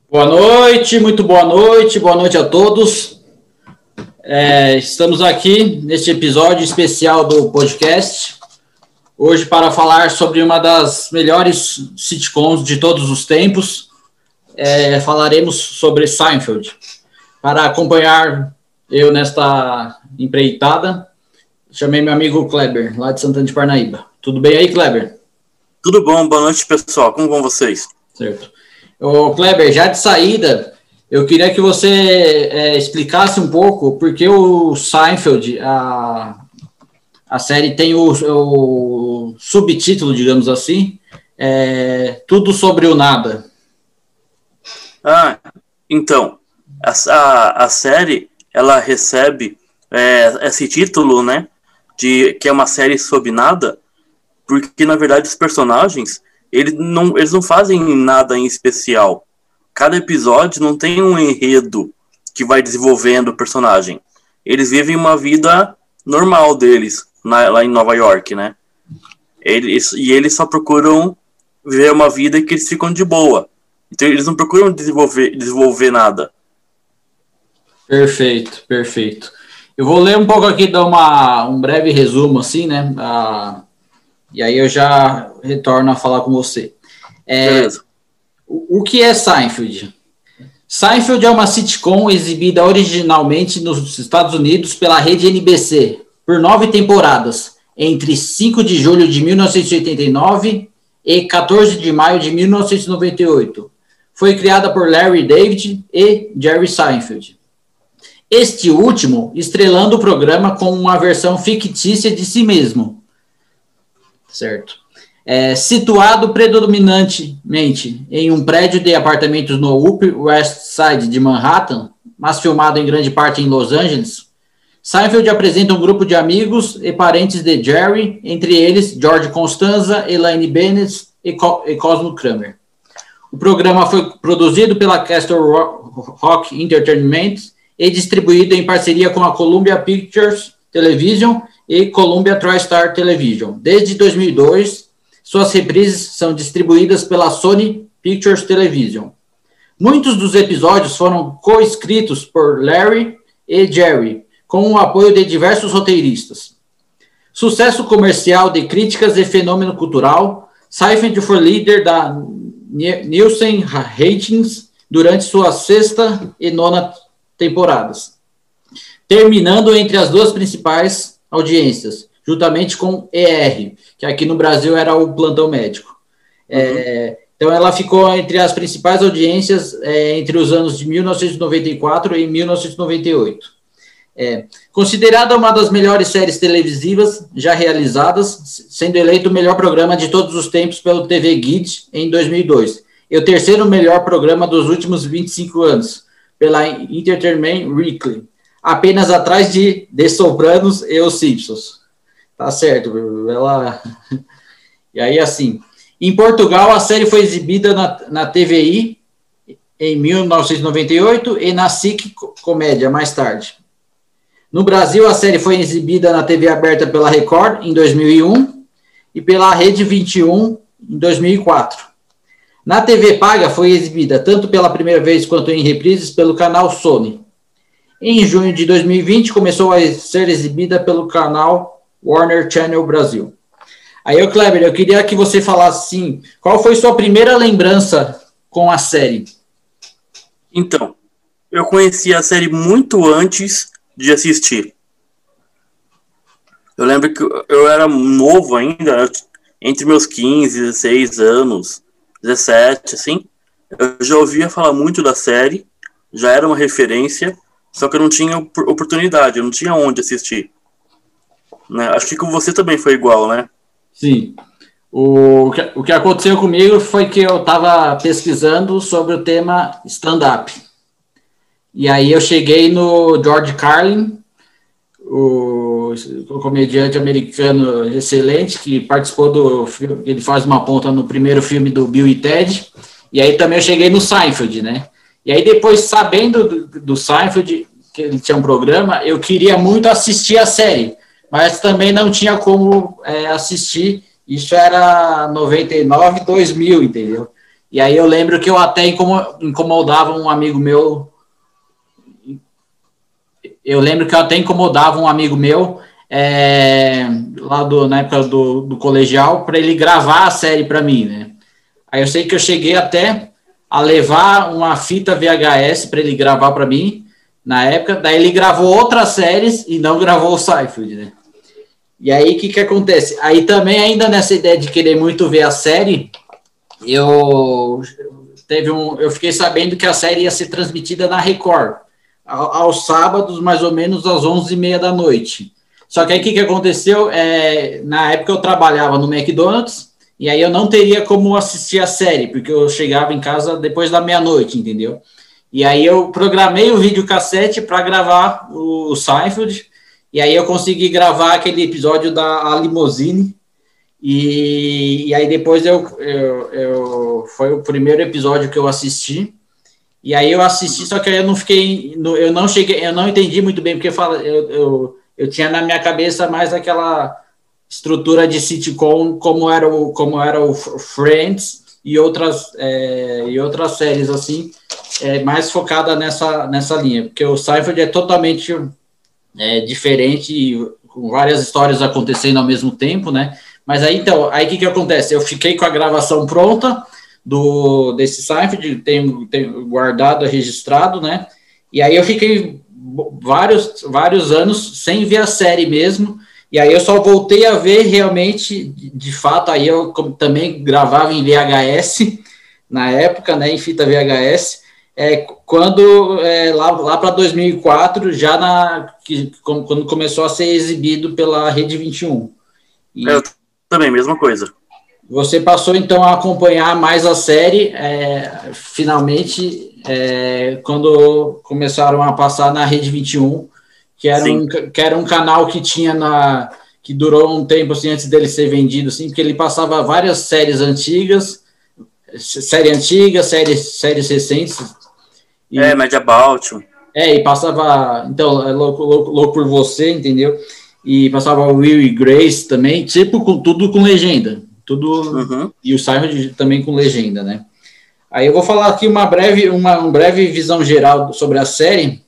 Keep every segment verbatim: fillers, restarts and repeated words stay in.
Boa noite, muito boa noite, boa noite a todos. É, estamos aqui neste episódio especial do podcast, hoje para falar sobre uma das melhores sitcoms de todos os tempos. É, falaremos sobre Seinfeld. Para acompanhar eu nesta empreitada, chamei meu amigo Kleber, lá de Santana de Parnaíba. Tudo bem aí, Kleber? Tudo bom, boa noite, pessoal. Como vão vocês? Certo. Ô, Kleber, já de saída, eu queria que você é, explicasse um pouco porque o Seinfeld, a, a série tem o, o subtítulo, digamos assim, é, Tudo sobre o Nada. Ah, então, a, a, a série, ela recebe é, esse título, né, de que é uma série sobre nada, porque, na verdade, os personagens, eles não, eles não fazem nada em especial. Cada episódio não tem um enredo que vai desenvolvendo o personagem. Eles vivem uma vida normal deles, na, lá em Nova York, né? Eles, e eles só procuram viver uma vida que eles ficam de boa. Então eles não procuram desenvolver, desenvolver nada. Perfeito, perfeito. Eu vou ler um pouco aqui, dar uma, um breve resumo, assim, né? Ah, e aí eu já retorno a falar com você. É, o, o que é Seinfeld? Seinfeld é uma sitcom exibida originalmente nos Estados Unidos pela rede N B C, por nove temporadas, entre cinco de julho de mil novecentos e oitenta e nove e quatorze de maio de mil novecentos e noventa e oito. Foi criada por Larry David e Jerry Seinfeld. Este último estrelando o programa com uma versão fictícia de si mesmo. Certo. É, situado predominantemente em um prédio de apartamentos no Upper West Side de Manhattan, mas filmado em grande parte em Los Angeles, Seinfeld apresenta um grupo de amigos e parentes de Jerry, entre eles George Costanza, Elaine Bennett e, Co- e Cosmo Kramer. O programa foi produzido pela Castle Rock Entertainment e distribuído em parceria com a Columbia Pictures Television e Columbia TriStar Television. Desde dois mil e dois, suas reprises são distribuídas pela Sony Pictures Television. Muitos dos episódios foram co-escritos por Larry e Jerry, com o apoio de diversos roteiristas. Sucesso comercial de críticas e fenômeno cultural, Seinfeld foi líder da Nielsen Ratings durante sua sexta e nona temporadas, terminando entre as duas principais audiências, juntamente com E R, que aqui no Brasil era o Plantão Médico. Uhum. É, então ela ficou entre as principais audiências é, entre os anos de mil novecentos e noventa e quatro e mil novecentos e noventa e oito. É, considerada uma das melhores séries televisivas já realizadas, sendo eleito o melhor programa de todos os tempos pelo T V Guide em dois mil e dois, e o terceiro melhor programa dos últimos vinte e cinco anos, pela Entertainment Weekly, apenas atrás de The Sopranos e Os Simpsons. Tá certo, ela... E aí, assim, em Portugal, a série foi exibida na, na T V I em mil novecentos e noventa e oito e na S I C Comédia, mais tarde. No Brasil, a série foi exibida na T V aberta pela Record em dois mil e um e pela Rede vinte e um em dois mil e quatro. Na T V paga, foi exibida tanto pela primeira vez quanto em reprises pelo canal Sony. Em junho de dois mil e vinte, começou a ser exibida pelo canal Warner Channel Brasil. Aí, eu, Kleber, eu queria que você falasse assim, qual foi sua primeira lembrança com a série? Então, eu conheci a série muito antes de assistir. Eu lembro que eu era novo ainda, entre meus quinze, dezesseis anos, dezessete, assim. Eu já ouvia falar muito da série, já era uma referência, só que eu não tinha oportunidade, eu não tinha onde assistir. Né? Acho que com você também foi igual, né? Sim. O que, o que aconteceu comigo foi que eu estava pesquisando sobre o tema stand-up. E aí eu cheguei no George Carlin, o, o comediante americano excelente, que participou do filme, ele faz uma ponta no primeiro filme do Bill e Ted, e aí também eu cheguei no Seinfeld, né? E aí depois, sabendo do, do Seinfeld, que ele tinha um programa, eu queria muito assistir a série, mas também não tinha como é, assistir, isso era noventa e nove, dois mil, entendeu? E aí eu lembro que eu até incomodava um amigo meu. Eu lembro que eu até incomodava um amigo meu, é, lá do, na época do, do colegial, para ele gravar a série para mim, né? Aí eu sei que eu cheguei até a levar uma fita V H S para ele gravar para mim, na época. Daí ele gravou outras séries e não gravou o Seinfeld, né? E aí, o que que acontece? Aí também, ainda nessa ideia de querer muito ver a série, eu, teve um, eu fiquei sabendo que a série ia ser transmitida na Record, ao, aos sábados, mais ou menos às onze e meia da noite. Só que aí, o que que aconteceu? É, na época, eu trabalhava no McDonald's, e aí eu não teria como assistir a série, porque eu chegava em casa depois da meia-noite, entendeu? E aí eu programei o videocassete para gravar o, o Seinfeld. E aí eu consegui gravar aquele episódio da Limousine, e, e aí depois eu, eu, eu foi o primeiro episódio que eu assisti, e aí eu assisti, só que eu não fiquei, eu não cheguei, eu não entendi muito bem, porque fala, eu, eu, eu tinha na minha cabeça mais aquela estrutura de sitcom, como era o, como era o Friends e outras, é, e outras séries assim, é, mais focada nessa, nessa linha, porque o Seinfeld é totalmente... É, diferente, com várias histórias acontecendo ao mesmo tempo, né? Mas aí, então, aí o que que acontece? Eu fiquei com a gravação pronta do, desse Seinfeld, tenho, tenho guardado, registrado, né? E aí eu fiquei vários, vários anos sem ver a série mesmo, e aí eu só voltei a ver realmente, de, de fato, aí eu também gravava em V H S, na época, né, em fita V H S, É, quando, é, lá, lá para dois mil e quatro, já na, que, quando começou a ser exibido pela Rede vinte e um. E eu também, mesma coisa. Você passou, então, a acompanhar mais a série, é, finalmente, é, quando começaram a passar na Rede vinte e um, que era, um, que era um canal que tinha na... que durou um tempo, assim, antes dele ser vendido, assim, porque ele passava várias séries antigas, série antiga, séries, séries recentes. E, é, Média Baltimore. É, e passava, então, é louco, louco, louco por você, entendeu? E passava o Will e Grace também, tipo, com, tudo com legenda. Tudo, uhum. E o Seinfeld também com legenda, né? Aí eu vou falar aqui uma breve, uma, uma breve visão geral sobre a série,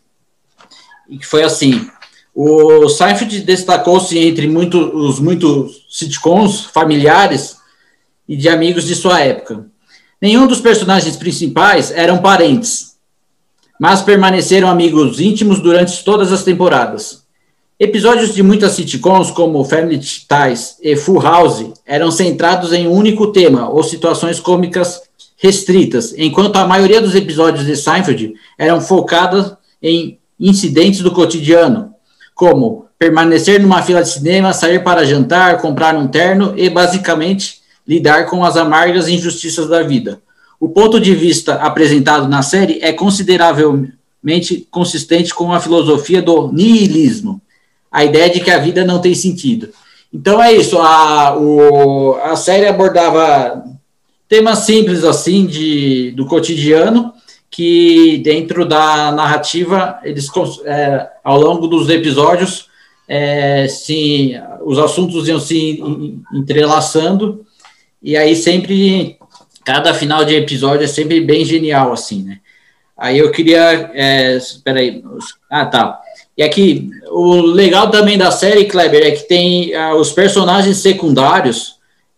e que foi assim, o Seinfeld destacou-se entre muito, os muitos sitcoms familiares e de amigos de sua época. Nenhum dos personagens principais eram parentes, mas permaneceram amigos íntimos durante todas as temporadas. Episódios de muitas sitcoms, como Family Ties e Full House, eram centrados em um único tema ou situações cômicas restritas, enquanto a maioria dos episódios de Seinfeld eram focadas em incidentes do cotidiano, como permanecer numa fila de cinema, sair para jantar, comprar um terno e, basicamente, lidar com as amargas injustiças da vida. O ponto de vista apresentado na série é consideravelmente consistente com a filosofia do niilismo, a ideia de que a vida não tem sentido. Então é isso, a, o, a série abordava temas simples assim de, do cotidiano, que dentro da narrativa, eles é, ao longo dos episódios, é, sim, os assuntos iam se entrelaçando, e aí sempre... Cada final de episódio é sempre bem genial, assim, né? Aí eu queria... É, espera aí. Ah, tá. E aqui, o legal também da série, Kleber, é que tem ah, os personagens secundários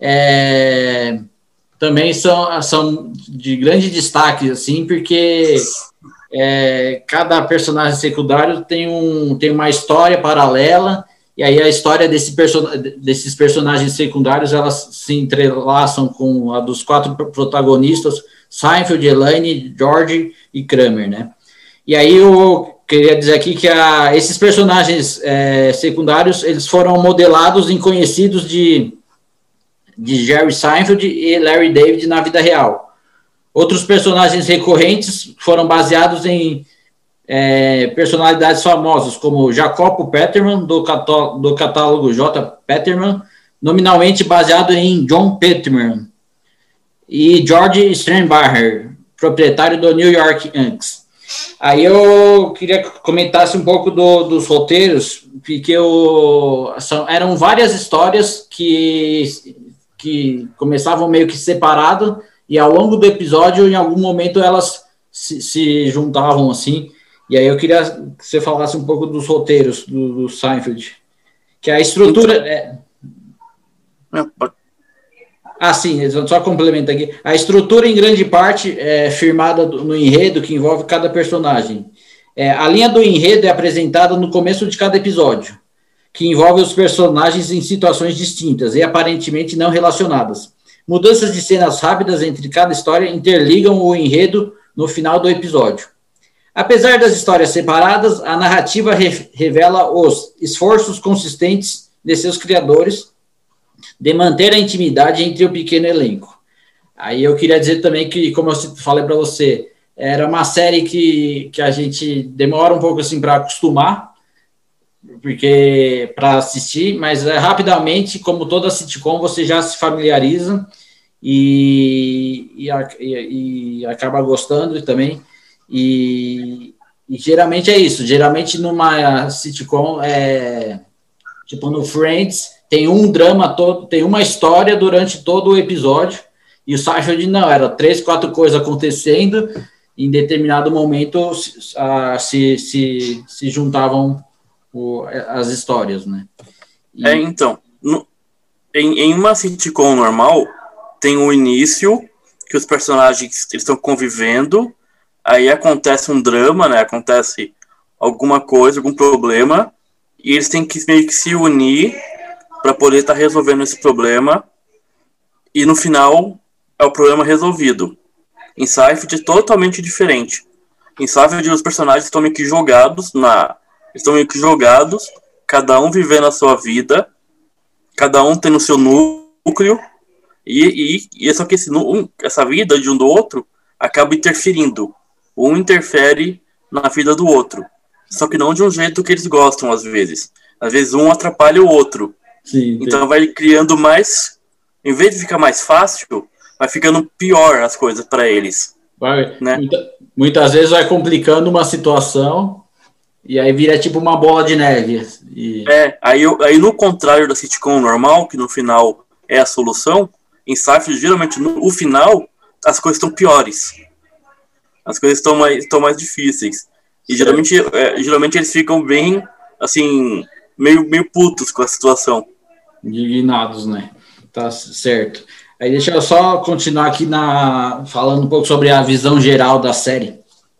é, também são, são de grande destaque, assim, porque é, cada personagem secundário tem, um, tem uma história paralela. E aí a história desse perso desses personagens secundários, elas se entrelaçam com a dos quatro protagonistas, Seinfeld, Elaine, George e Kramer, né? E aí eu queria dizer aqui que a, esses personagens é, secundários, eles foram modelados em conhecidos de, de Jerry Seinfeld e Larry David na vida real. Outros personagens recorrentes foram baseados em É, personalidades famosas, como Jacopo Peterman, do, cató do catálogo J. Peterman, nominalmente baseado em John Peterman, e George Steinbacher, proprietário do New York Yankees. Aí eu queria que comentasse um pouco do, dos roteiros, porque eu, são, eram várias histórias que, que começavam meio que separado, e ao longo do episódio, em algum momento, elas se, se juntavam assim. E aí eu queria que você falasse um pouco dos roteiros do, do Seinfeld. Que a estrutura... É... Ah, sim, só complemento aqui. A estrutura, em grande parte, é firmada no enredo que envolve cada personagem. É, a linha do enredo é apresentada no começo de cada episódio, que envolve os personagens em situações distintas e aparentemente não relacionadas. Mudanças de cenas rápidas entre cada história interligam o enredo no final do episódio. Apesar das histórias separadas, a narrativa re- revela os esforços consistentes de seus criadores de manter a intimidade entre o pequeno elenco. Aí eu queria dizer também que, como eu falei para você, era uma série que, que a gente demora um pouco assim para acostumar, porque para assistir, mas é, rapidamente, como toda sitcom, você já se familiariza e, e, e, e acaba gostando também. E, e geralmente é isso. Geralmente numa sitcom, é, tipo no Friends, tem um drama todo, tem uma história durante todo o episódio. E o Seinfeld não, era três, quatro coisas acontecendo. Em determinado momento uh, se, se, se juntavam o, as histórias, né? E... É, então, no, em, em uma sitcom normal, tem o início, que os personagens estão convivendo, aí acontece um drama, né? Acontece alguma coisa, algum problema, e eles têm que meio que se unir para poder estar tá resolvendo esse problema, e no final é o problema resolvido. Em Seinfeld é totalmente diferente. Em Seinfeld os personagens estão meio que jogados na... estão meio que jogados, cada um vivendo a sua vida, cada um tendo o seu núcleo, e, e, e só que esse, um, essa vida de um do outro acaba interferindo. Um interfere na vida do outro. Só que não de um jeito que eles gostam, às vezes. Às vezes um atrapalha o outro. Sim, então vai criando mais... Em vez de ficar mais fácil, vai ficando pior as coisas para eles. Vai, né? muita, muitas vezes vai complicando uma situação e aí vira tipo uma bola de neve. E... É, aí, aí no contrário da sitcom normal, que no final é a solução, em Seinfeld, geralmente no final, as coisas estão piores. As coisas estão mais, estão mais difíceis. E geralmente, é, geralmente eles ficam bem, assim, meio, meio putos com a situação. Indignados, né? Tá certo. Aí deixa eu só continuar aqui na, falando um pouco sobre a visão geral da série.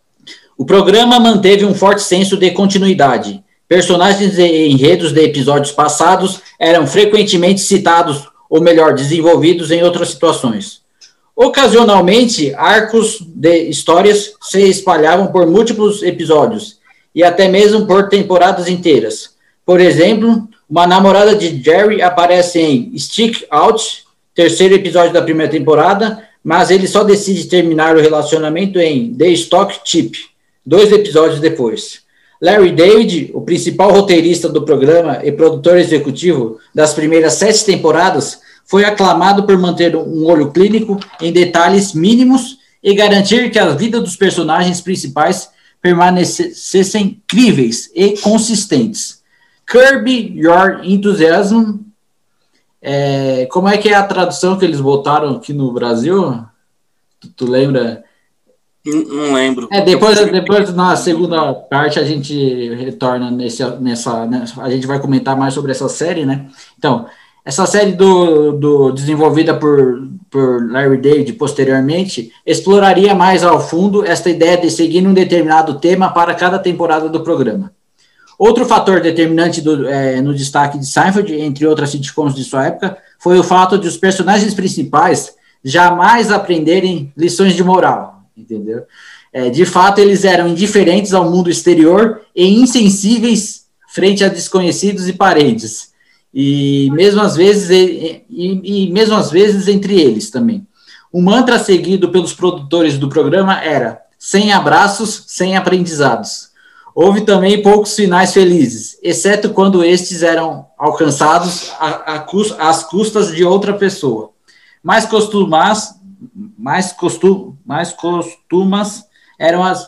O programa manteve um forte senso de continuidade. Personagens e enredos de episódios passados eram frequentemente citados, ou melhor, desenvolvidos em outras situações. Ocasionalmente, arcos de histórias se espalhavam por múltiplos episódios, e até mesmo por temporadas inteiras. Por exemplo, uma namorada de Jerry aparece em Stick Out, terceiro episódio da primeira temporada, mas ele só decide terminar o relacionamento em The Stock Tip, dois episódios depois. Larry David, o principal roteirista do programa e produtor executivo das primeiras sete temporadas, foi aclamado por manter um olho clínico em detalhes mínimos e garantir que a vida dos personagens principais permanecessem críveis e consistentes. Curb Your Enthusiasm. É, como é que é a tradução que eles botaram aqui no Brasil? Tu, tu lembra? Não, não lembro. É, depois, depois, na segunda parte, a gente retorna nesse, nessa, nessa... A gente vai comentar mais sobre essa série, né? Então, essa série do, do, desenvolvida por, por Larry David posteriormente exploraria mais ao fundo esta ideia de seguir um determinado tema para cada temporada do programa. Outro fator determinante do, é, no destaque de Seinfeld, entre outras sitcoms de sua época, foi o fato de os personagens principais jamais aprenderem lições de moral, entendeu? É, de fato, eles eram indiferentes ao mundo exterior e insensíveis frente a desconhecidos e parentes, e mesmo às vezes, e, e, e mesmo às vezes entre eles também. O mantra seguido pelos produtores do programa era: sem abraços, sem aprendizados. Houve também poucos finais felizes, exceto quando estes eram alcançados às custas de outra pessoa. Mais costumas, mais costu, mais costumas eram as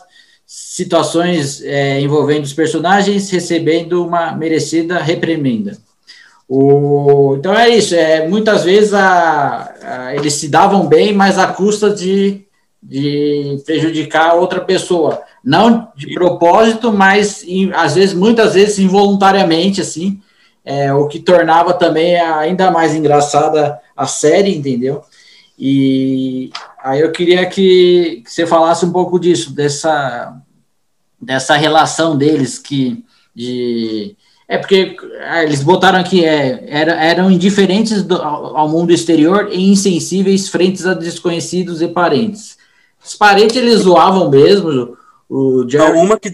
situações é, envolvendo os personagens recebendo uma merecida reprimenda. O, então é isso, é, muitas vezes a, a, eles se davam bem, mas à custa de, de prejudicar outra pessoa. Não de propósito, mas em, às vezes, muitas vezes involuntariamente, assim, é, o que tornava também ainda mais engraçada a série, entendeu? E aí eu queria que, que você falasse um pouco disso, dessa, dessa relação deles, que de... É porque eles botaram aqui, é, era, eram indiferentes do, ao mundo exterior e insensíveis frente a desconhecidos e parentes. Os parentes eles zoavam mesmo, o Jerry... Não, uma que,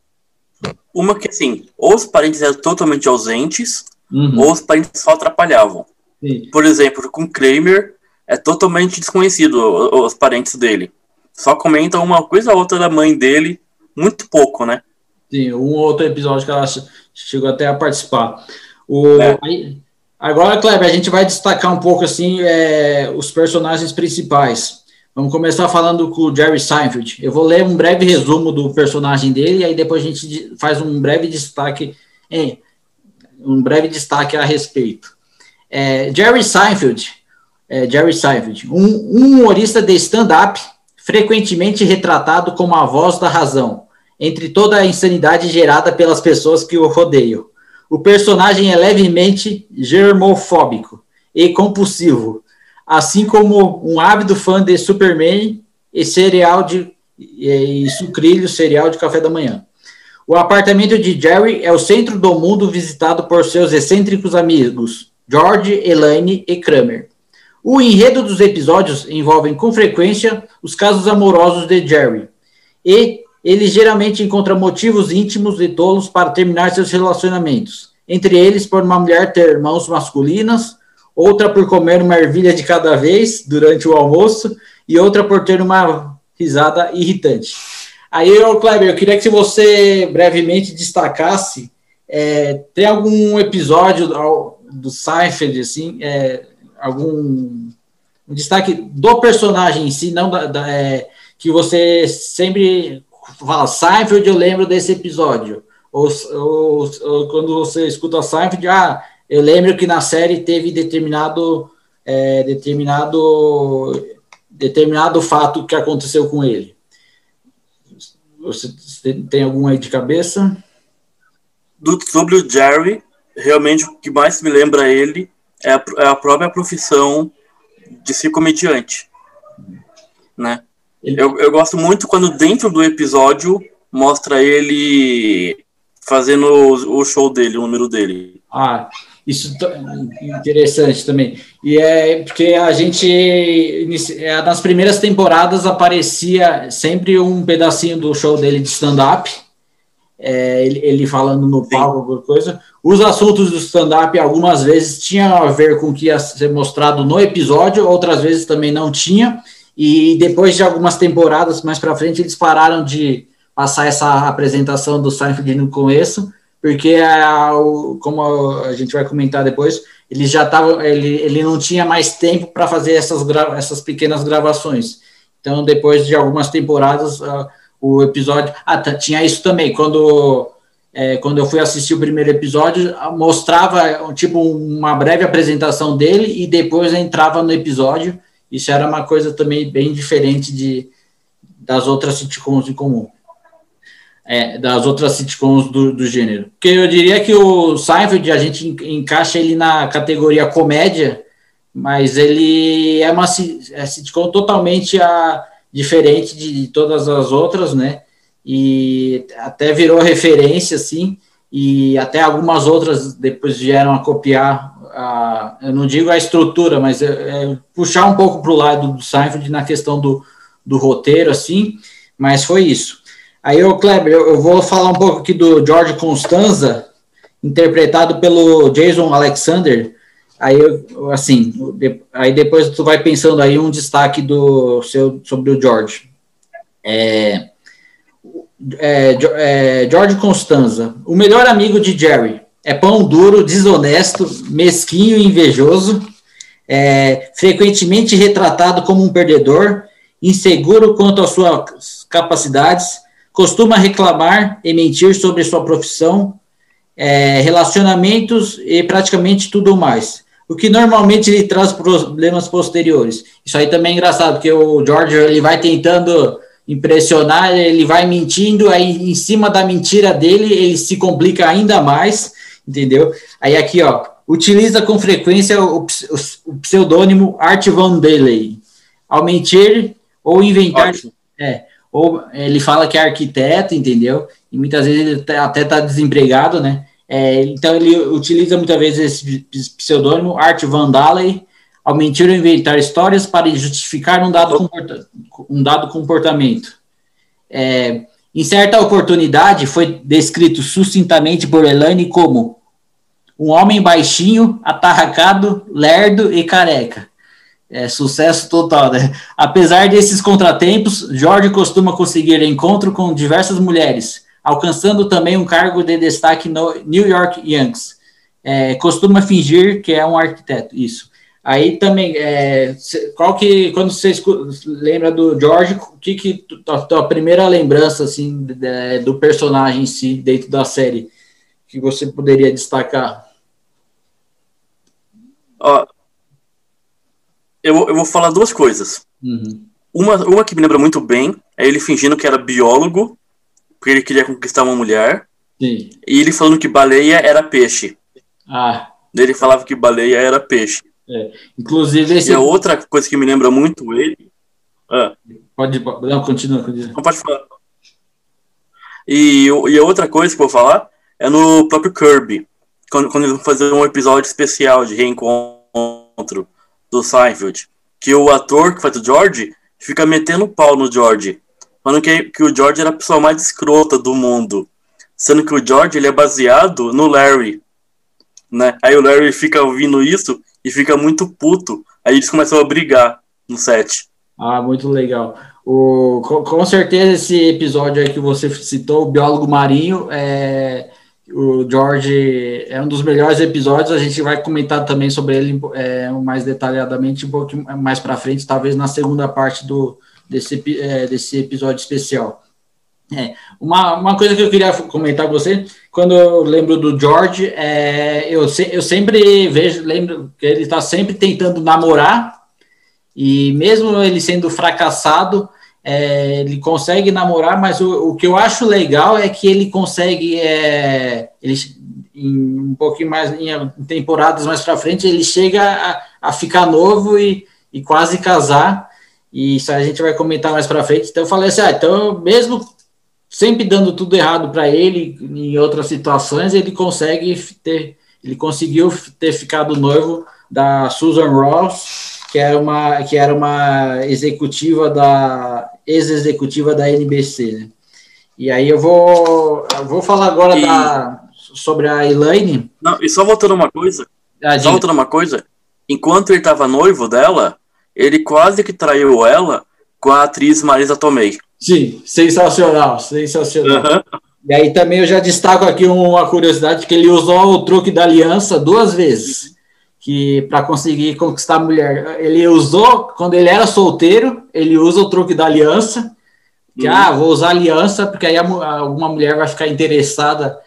uma que assim, ou os parentes eram totalmente ausentes, uhum. ou os parentes só atrapalhavam. Sim. Por exemplo, com Kramer, é totalmente desconhecido os, os parentes dele. Só comentam uma coisa ou outra da mãe dele, muito pouco, né? Sim, um outro episódio que ela chegou até a participar. O, é. aí, agora, Kleber, a gente vai destacar um pouco assim, é, os personagens principais. Vamos começar falando com o Jerry Seinfeld. Eu vou ler um breve resumo do personagem dele, e aí depois a gente faz um breve destaque, é, um breve destaque a respeito. É, Jerry Seinfeld, é, Jerry Seinfeld, um, um humorista de stand-up, frequentemente retratado como a voz da razão entre toda a insanidade gerada pelas pessoas que o rodeiam. O personagem é levemente germofóbico e compulsivo, assim como um ávido fã de Superman e cereal de e, e sucrilho cereal de café da manhã. O apartamento de Jerry é o centro do mundo visitado por seus excêntricos amigos, George, Elaine e Kramer. O enredo dos episódios envolve com frequência os casos amorosos de Jerry, e ele geralmente encontra motivos íntimos e tolos para terminar seus relacionamentos, entre eles por uma mulher ter mãos masculinas, outra por comer uma ervilha de cada vez durante o almoço e outra por ter uma risada irritante. Aí, eu, Kleber, eu queria que você brevemente destacasse, é, tem algum episódio do, do Seinfeld, assim, é, algum um destaque do personagem em si, não da, da, é, que você sempre... fala, Seinfeld, eu lembro desse episódio. Ou, ou, ou quando você escuta Seinfeld, ah, eu lembro que na série teve determinado, é, determinado, determinado fato que aconteceu com ele. Você tem algum aí de cabeça? Do, sobre o Jerry, realmente o que mais me lembra ele é a, é a própria profissão de ser comediante, né? Eu, eu gosto muito quando dentro do episódio mostra ele fazendo o, o show dele, o número dele. Ah, isso é interessante também. E é porque a gente, nas primeiras temporadas, aparecia sempre um pedacinho do show dele de stand-up, é, ele, ele falando no palco, alguma coisa. Os assuntos do stand-up, algumas vezes, tinham a ver com o que ia ser mostrado no episódio, outras vezes também não tinha. E depois de algumas temporadas mais para frente, eles pararam de passar essa apresentação do Seinfeld no começo, porque, a, o, como a gente vai comentar depois, ele já tava, ele, ele não tinha mais tempo para fazer essas, essas pequenas gravações. Então, depois de algumas temporadas, uh, o episódio... Ah, tinha isso também, quando, é, quando eu fui assistir o primeiro episódio, mostrava tipo uma breve apresentação dele e depois entrava no episódio. Isso era uma coisa também bem diferente de, das outras sitcoms em comum. É, das outras sitcoms do, do gênero. Porque eu diria que o Seinfeld, a gente encaixa ele na categoria comédia, mas ele é uma é sitcom totalmente a, diferente de todas as outras, né? E até virou referência, assim, e até algumas outras depois vieram a copiar, a, eu não digo a estrutura, mas é, é puxar um pouco para o lado do Seinfeld na questão do, do roteiro, assim, mas foi isso. Aí, ô Kleber, eu, eu vou falar um pouco aqui do George Costanza, interpretado pelo Jason Alexander. Aí, eu, assim, de, aí depois tu vai pensando aí um destaque do seu, sobre o George. É, é, é, George Costanza, o melhor amigo de Jerry, é pão duro, desonesto, mesquinho e invejoso, é, frequentemente retratado como um perdedor, inseguro quanto às suas capacidades, costuma reclamar e mentir sobre sua profissão, é, relacionamentos e praticamente tudo mais. O que normalmente lhe traz problemas posteriores. Isso aí também é engraçado, porque o George ele vai tentando impressionar, ele vai mentindo, aí em cima da mentira dele, ele se complica ainda mais, entendeu? Aí aqui, ó, utiliza com frequência o, o, o pseudônimo Art Van Daley. Ao mentir ou inventar... É, ou ele fala que é arquiteto, entendeu? E muitas vezes ele até está desempregado, né? É, então ele utiliza muitas vezes esse pseudônimo Art Van Daley ao mentir ou inventar histórias para justificar um dado, comporta um dado comportamento. É, em certa oportunidade foi descrito sucintamente por Elaine como um homem baixinho, atarracado, lerdo e careca. É, sucesso total, né? Apesar desses contratempos, George costuma conseguir encontro com diversas mulheres, alcançando também um cargo de destaque no New York Yankees. É, costuma fingir que é um arquiteto, isso. Aí também, é, qual que, quando você lembra do George, o que que a tua primeira lembrança, assim, de, do personagem em si, dentro da série, que você poderia destacar? Ó, eu, eu vou falar duas coisas. Uhum. Uma, uma que me lembra muito bem, é ele fingindo que era biólogo, porque ele queria conquistar uma mulher. Sim. E ele falando que baleia era peixe. Ah. Ele falava que baleia era peixe. É. Inclusive esse... E a outra coisa que me lembra muito ele... Ah. Pode, não, continua, continua. Não pode falar. E, e a outra coisa que eu vou falar é no próprio Kirby. Quando, quando eles vão fazer um episódio especial de reencontro do Seinfeld. Que o ator que faz o George fica metendo pau no George. Falando que, que o George era a pessoa mais escrota do mundo. Sendo que o George ele é baseado no Larry. Né? Aí o Larry fica ouvindo isso e fica muito puto. Aí eles começam a brigar no set. Ah, muito legal. O, com, com certeza esse episódio aí que você citou, o biólogo marinho, é, o George é um dos melhores episódios. A gente vai comentar também sobre ele é, mais detalhadamente um pouco mais para frente, talvez na segunda parte do Desse, é, desse episódio especial. É, uma, uma coisa que eu queria comentar com você, quando eu lembro do George, é, eu, se, eu sempre vejo, lembro que ele está sempre tentando namorar, e mesmo ele sendo fracassado, é, ele consegue namorar, mas o, o que eu acho legal é que ele consegue, é, ele, em um pouquinho mais, em temporadas mais para frente, ele chega a, a ficar novo e, e quase casar. E isso a gente vai comentar mais para frente. Então eu falei assim, ah, então mesmo sempre dando tudo errado para ele em outras situações, ele consegue ter, ele conseguiu ter ficado noivo da Susan Ross, que era uma que era uma executiva da ex-executiva da N B C, né? E aí eu vou eu vou falar agora e... da, sobre a Elaine. Não, e só voltando uma coisa, ah, só voltando uma coisa, enquanto ele estava noivo dela, ele quase que traiu ela com a atriz Marisa Tomei. Sim, sensacional, sensacional. Uhum. E aí também eu já destaco aqui uma curiosidade, que ele usou o truque da aliança duas vezes, que para conseguir conquistar a mulher. Ele usou, quando ele era solteiro, ele usa o truque da aliança, que, uhum. ah, vou usar aliança, porque aí alguma mulher vai ficar interessada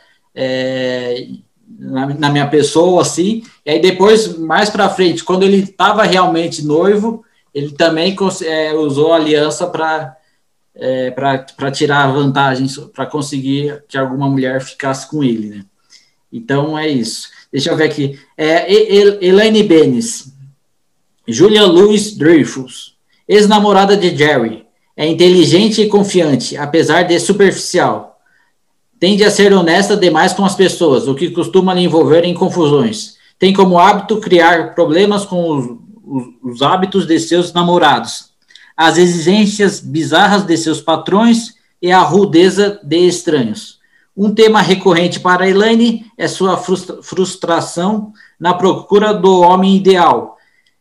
é, na, na minha pessoa, assim. E aí depois, mais para frente, quando ele estava realmente noivo, ele também é, usou a aliança para é, para tirar vantagens, para conseguir que alguma mulher ficasse com ele, né? Então é isso. Deixa eu ver aqui. É, Elaine Benes, Julia Louis-Dreyfus, ex-namorada de Jerry, é inteligente e confiante, apesar de superficial. Tende a ser honesta demais com as pessoas, o que costuma lhe envolver em confusões. Tem como hábito criar problemas com os, os, os hábitos de seus namorados, as exigências bizarras de seus patrões e a rudeza de estranhos. Um tema recorrente para Elaine é sua frustra- frustração na procura do homem ideal.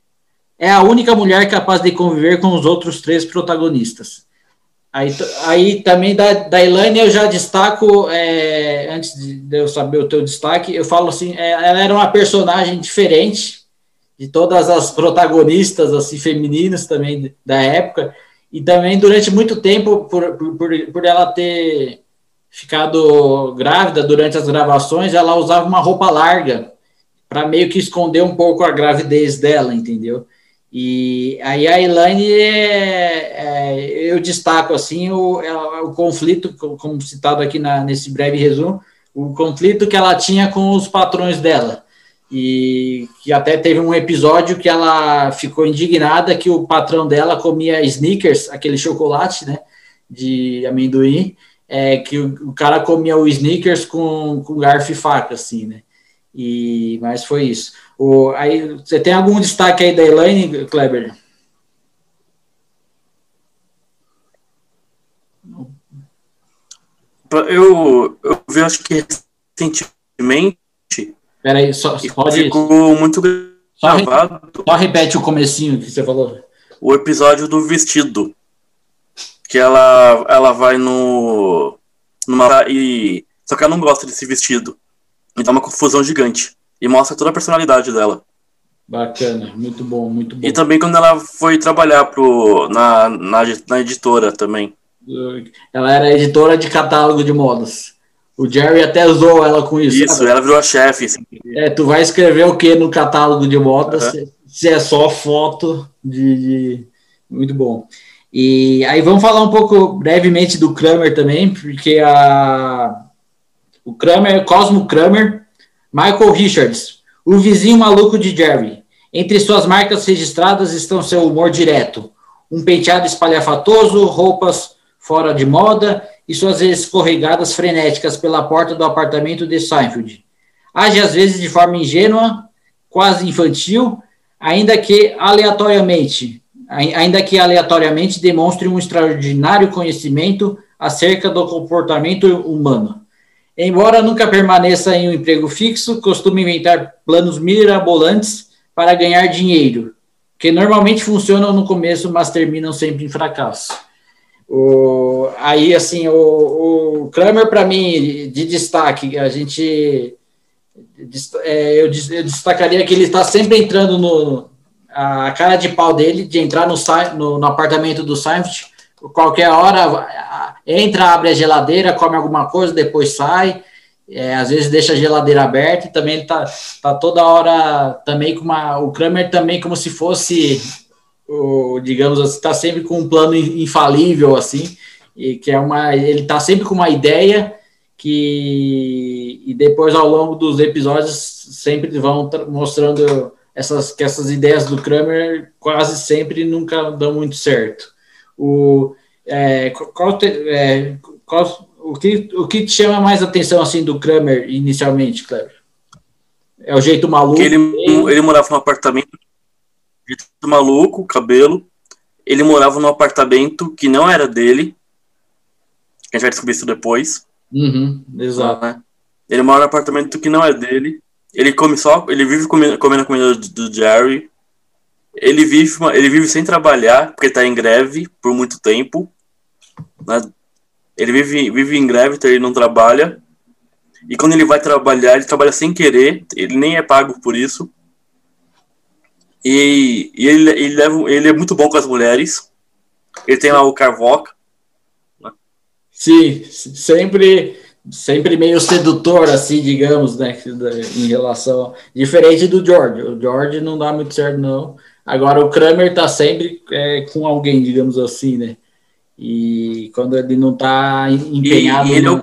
É a única mulher capaz de conviver com os outros três protagonistas. Aí, aí também da, da Elaine eu já destaco, é, antes de eu saber o teu destaque, eu falo assim, é, ela era uma personagem diferente de todas as protagonistas assim, femininas também da época, e também durante muito tempo, por, por, por ela ter ficado grávida durante as gravações, ela usava uma roupa larga para meio que esconder um pouco a gravidez dela, entendeu? E aí a Elaine, é, é, eu destaco assim o, o conflito, como citado aqui na, nesse breve resumo, o conflito que ela tinha com os patrões dela. E que até teve um episódio que ela ficou indignada que o patrão dela comia Snickers, aquele chocolate, né, de amendoim, é, que o, o cara comia o Snickers com, com garfo e faca, assim, né, e, mas foi isso. O, aí, você tem algum destaque aí da Elaine, Kleber? Eu, eu vi, acho que recentemente. Peraí, só pode ficou muito gravado. Só, só repete o comecinho que você falou. O episódio do vestido. Que ela, ela vai no. Numa, e, só que ela não gosta desse vestido. E dá uma confusão gigante. E mostra toda a personalidade dela. Bacana, muito bom, muito bom. E também quando ela foi trabalhar pro, na, na, na editora também. Ela era editora de catálogo de modas. O Jerry até usou ela com isso. Isso, sabe? Ela virou a chefe. Assim. É, tu vai escrever o que no catálogo de modas, uhum. se, se é só foto de, de... Muito bom. E aí vamos falar um pouco brevemente do Kramer também, porque a... o Kramer, Cosmo Kramer, Michael Richards, o vizinho maluco de Jerry. Entre suas marcas registradas estão seu humor direto, um penteado espalhafatoso, roupas fora de moda e suas escorregadas frenéticas pela porta do apartamento de Seinfeld. Age às vezes de forma ingênua, quase infantil, ainda que aleatoriamente, ainda que aleatoriamente demonstre um extraordinário conhecimento acerca do comportamento humano. Embora nunca permaneça em um emprego fixo, costuma inventar planos mirabolantes para ganhar dinheiro, que normalmente funcionam no começo, mas terminam sempre em fracasso. O, aí, assim, o, o Kramer, para mim, de destaque, a gente... É, eu, eu destacaria que ele está sempre entrando no... A cara de pau dele, de entrar no, no, no apartamento do Seinfeld, qualquer hora, entra, abre a geladeira, come alguma coisa, depois sai, é, às vezes deixa a geladeira aberta, e também ele tá, tá toda hora também com uma... O Kramer também como se fosse... O, digamos assim, está sempre com um plano infalível, assim, e que é uma, ele está sempre com uma ideia que, e depois ao longo dos episódios sempre vão mostrando essas, que essas ideias do Kramer quase sempre nunca dão muito certo. O, é, qual, é, qual, o, que, o que te chama mais atenção, assim, do Kramer inicialmente, Cleber? É o jeito maluco? Ele, ele morava num apartamento maluco, cabelo. Ele morava num apartamento que não era dele. A gente vai descobrir isso depois. Uhum, exato. Né? Ele mora num apartamento que não é dele. Ele come só, ele vive comendo, comendo a comida do, do Jerry. Ele vive, ele vive sem trabalhar, porque tá em greve por muito tempo. Né? Ele vive, vive em greve, então ele não trabalha. E quando ele vai trabalhar, ele trabalha sem querer. Ele nem é pago por isso. E, e ele, ele, leva, ele é muito bom com as mulheres. Ele tem lá o Carvoca. Sim, sempre, sempre meio sedutor, assim, digamos, né? Em relação. Diferente do George. O George não dá muito certo, não. Agora o Kramer tá sempre é, com alguém, digamos assim, né? E quando ele não tá empenhado. E, e ele no, é o...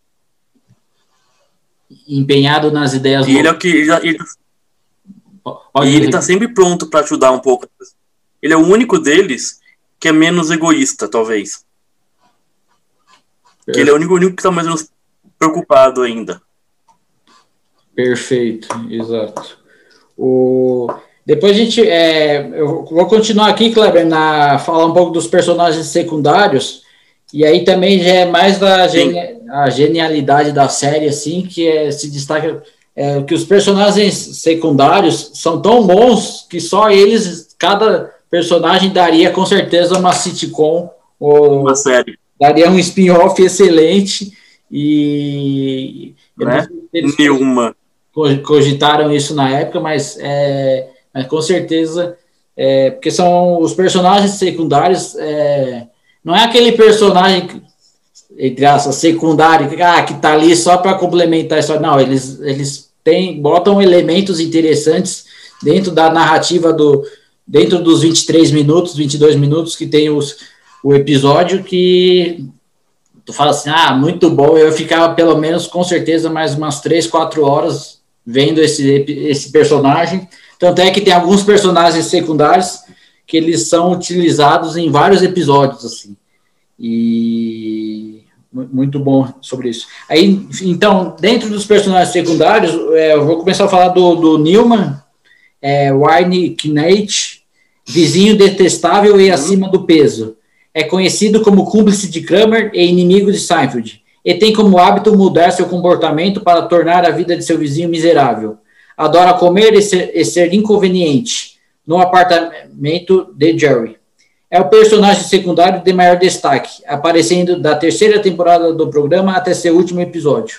empenhado nas ideias. E ele é o que. Ele, ele... Pode e ele tá sempre pronto para ajudar um pouco. Ele é o único deles que é menos egoísta, talvez. Que ele é o único, único que tá mais ou menos preocupado ainda. Perfeito, exato. O... Depois a gente... É... Eu vou continuar aqui, Kleber, na... falar um pouco dos personagens secundários. E aí também já é mais da geni... a genialidade da série, assim, que é... se destaca... É, que os personagens secundários são tão bons que só eles, cada personagem daria com certeza uma sitcom ou uma série, daria um spin-off excelente e né? Nenhuma cogitaram isso na época, mas, é, mas com certeza é, porque são os personagens secundários, é, não é aquele personagem entre aspas, secundário, ah, que tá ali só para complementar a história. Não, eles, eles têm, botam elementos interessantes dentro da narrativa do, dentro dos vinte e três minutos, vinte e dois minutos que tem os, o episódio, que tu fala assim, ah, muito bom, eu ficava pelo menos, com certeza, mais umas três, quatro horas vendo esse, esse personagem. Tanto é que tem alguns personagens secundários que eles são utilizados em vários episódios, assim. E muito bom sobre isso. Aí, então, dentro dos personagens secundários, é, eu vou começar a falar do, do Newman, é, Wayne Knight, vizinho detestável e acima do peso. É conhecido como cúmplice de Kramer e inimigo de Seinfeld. E tem como hábito mudar seu comportamento para tornar a vida de seu vizinho miserável. Adora comer e ser, e ser inconveniente no apartamento de Jerry. É o personagem secundário de maior destaque, aparecendo da terceira temporada do programa até seu último episódio.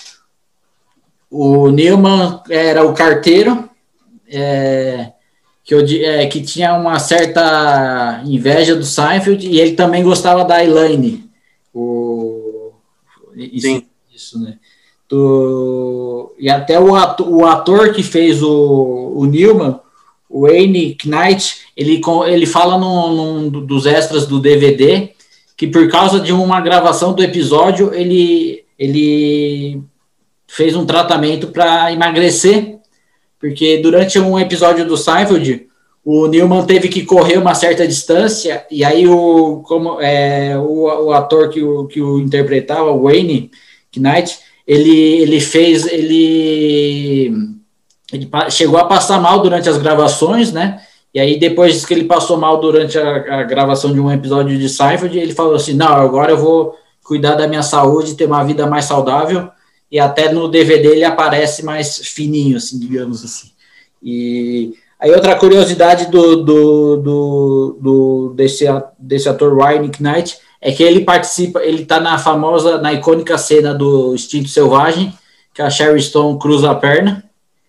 O Newman era o carteiro, é, que, eu, é, que tinha uma certa inveja do Seinfeld, e ele também gostava da Elaine. O, isso, Sim. Isso, né? Do, e até o ator, o ator que fez o, o Newman, o Wayne Knight, ele, ele fala num, num dos extras do D V D que por causa de uma gravação do episódio ele, ele fez um tratamento para emagrecer, porque durante um episódio do Seinfeld o Newman teve que correr uma certa distância, e aí o, como, é, o, o ator que o, que o interpretava, o Wayne Knight, ele, ele fez, ele, ele chegou a passar mal durante as gravações, né? E aí depois que ele passou mal durante a, a gravação de um episódio de Seinfeld, ele falou assim, não, agora eu vou cuidar da minha saúde, ter uma vida mais saudável, e até no D V D ele aparece mais fininho, assim, digamos assim. E aí outra curiosidade do, do, do, do desse, desse ator Wayne Knight é que ele participa, ele tá na famosa, na icônica cena do Instinto Selvagem, que a Sharon Stone cruza a perna,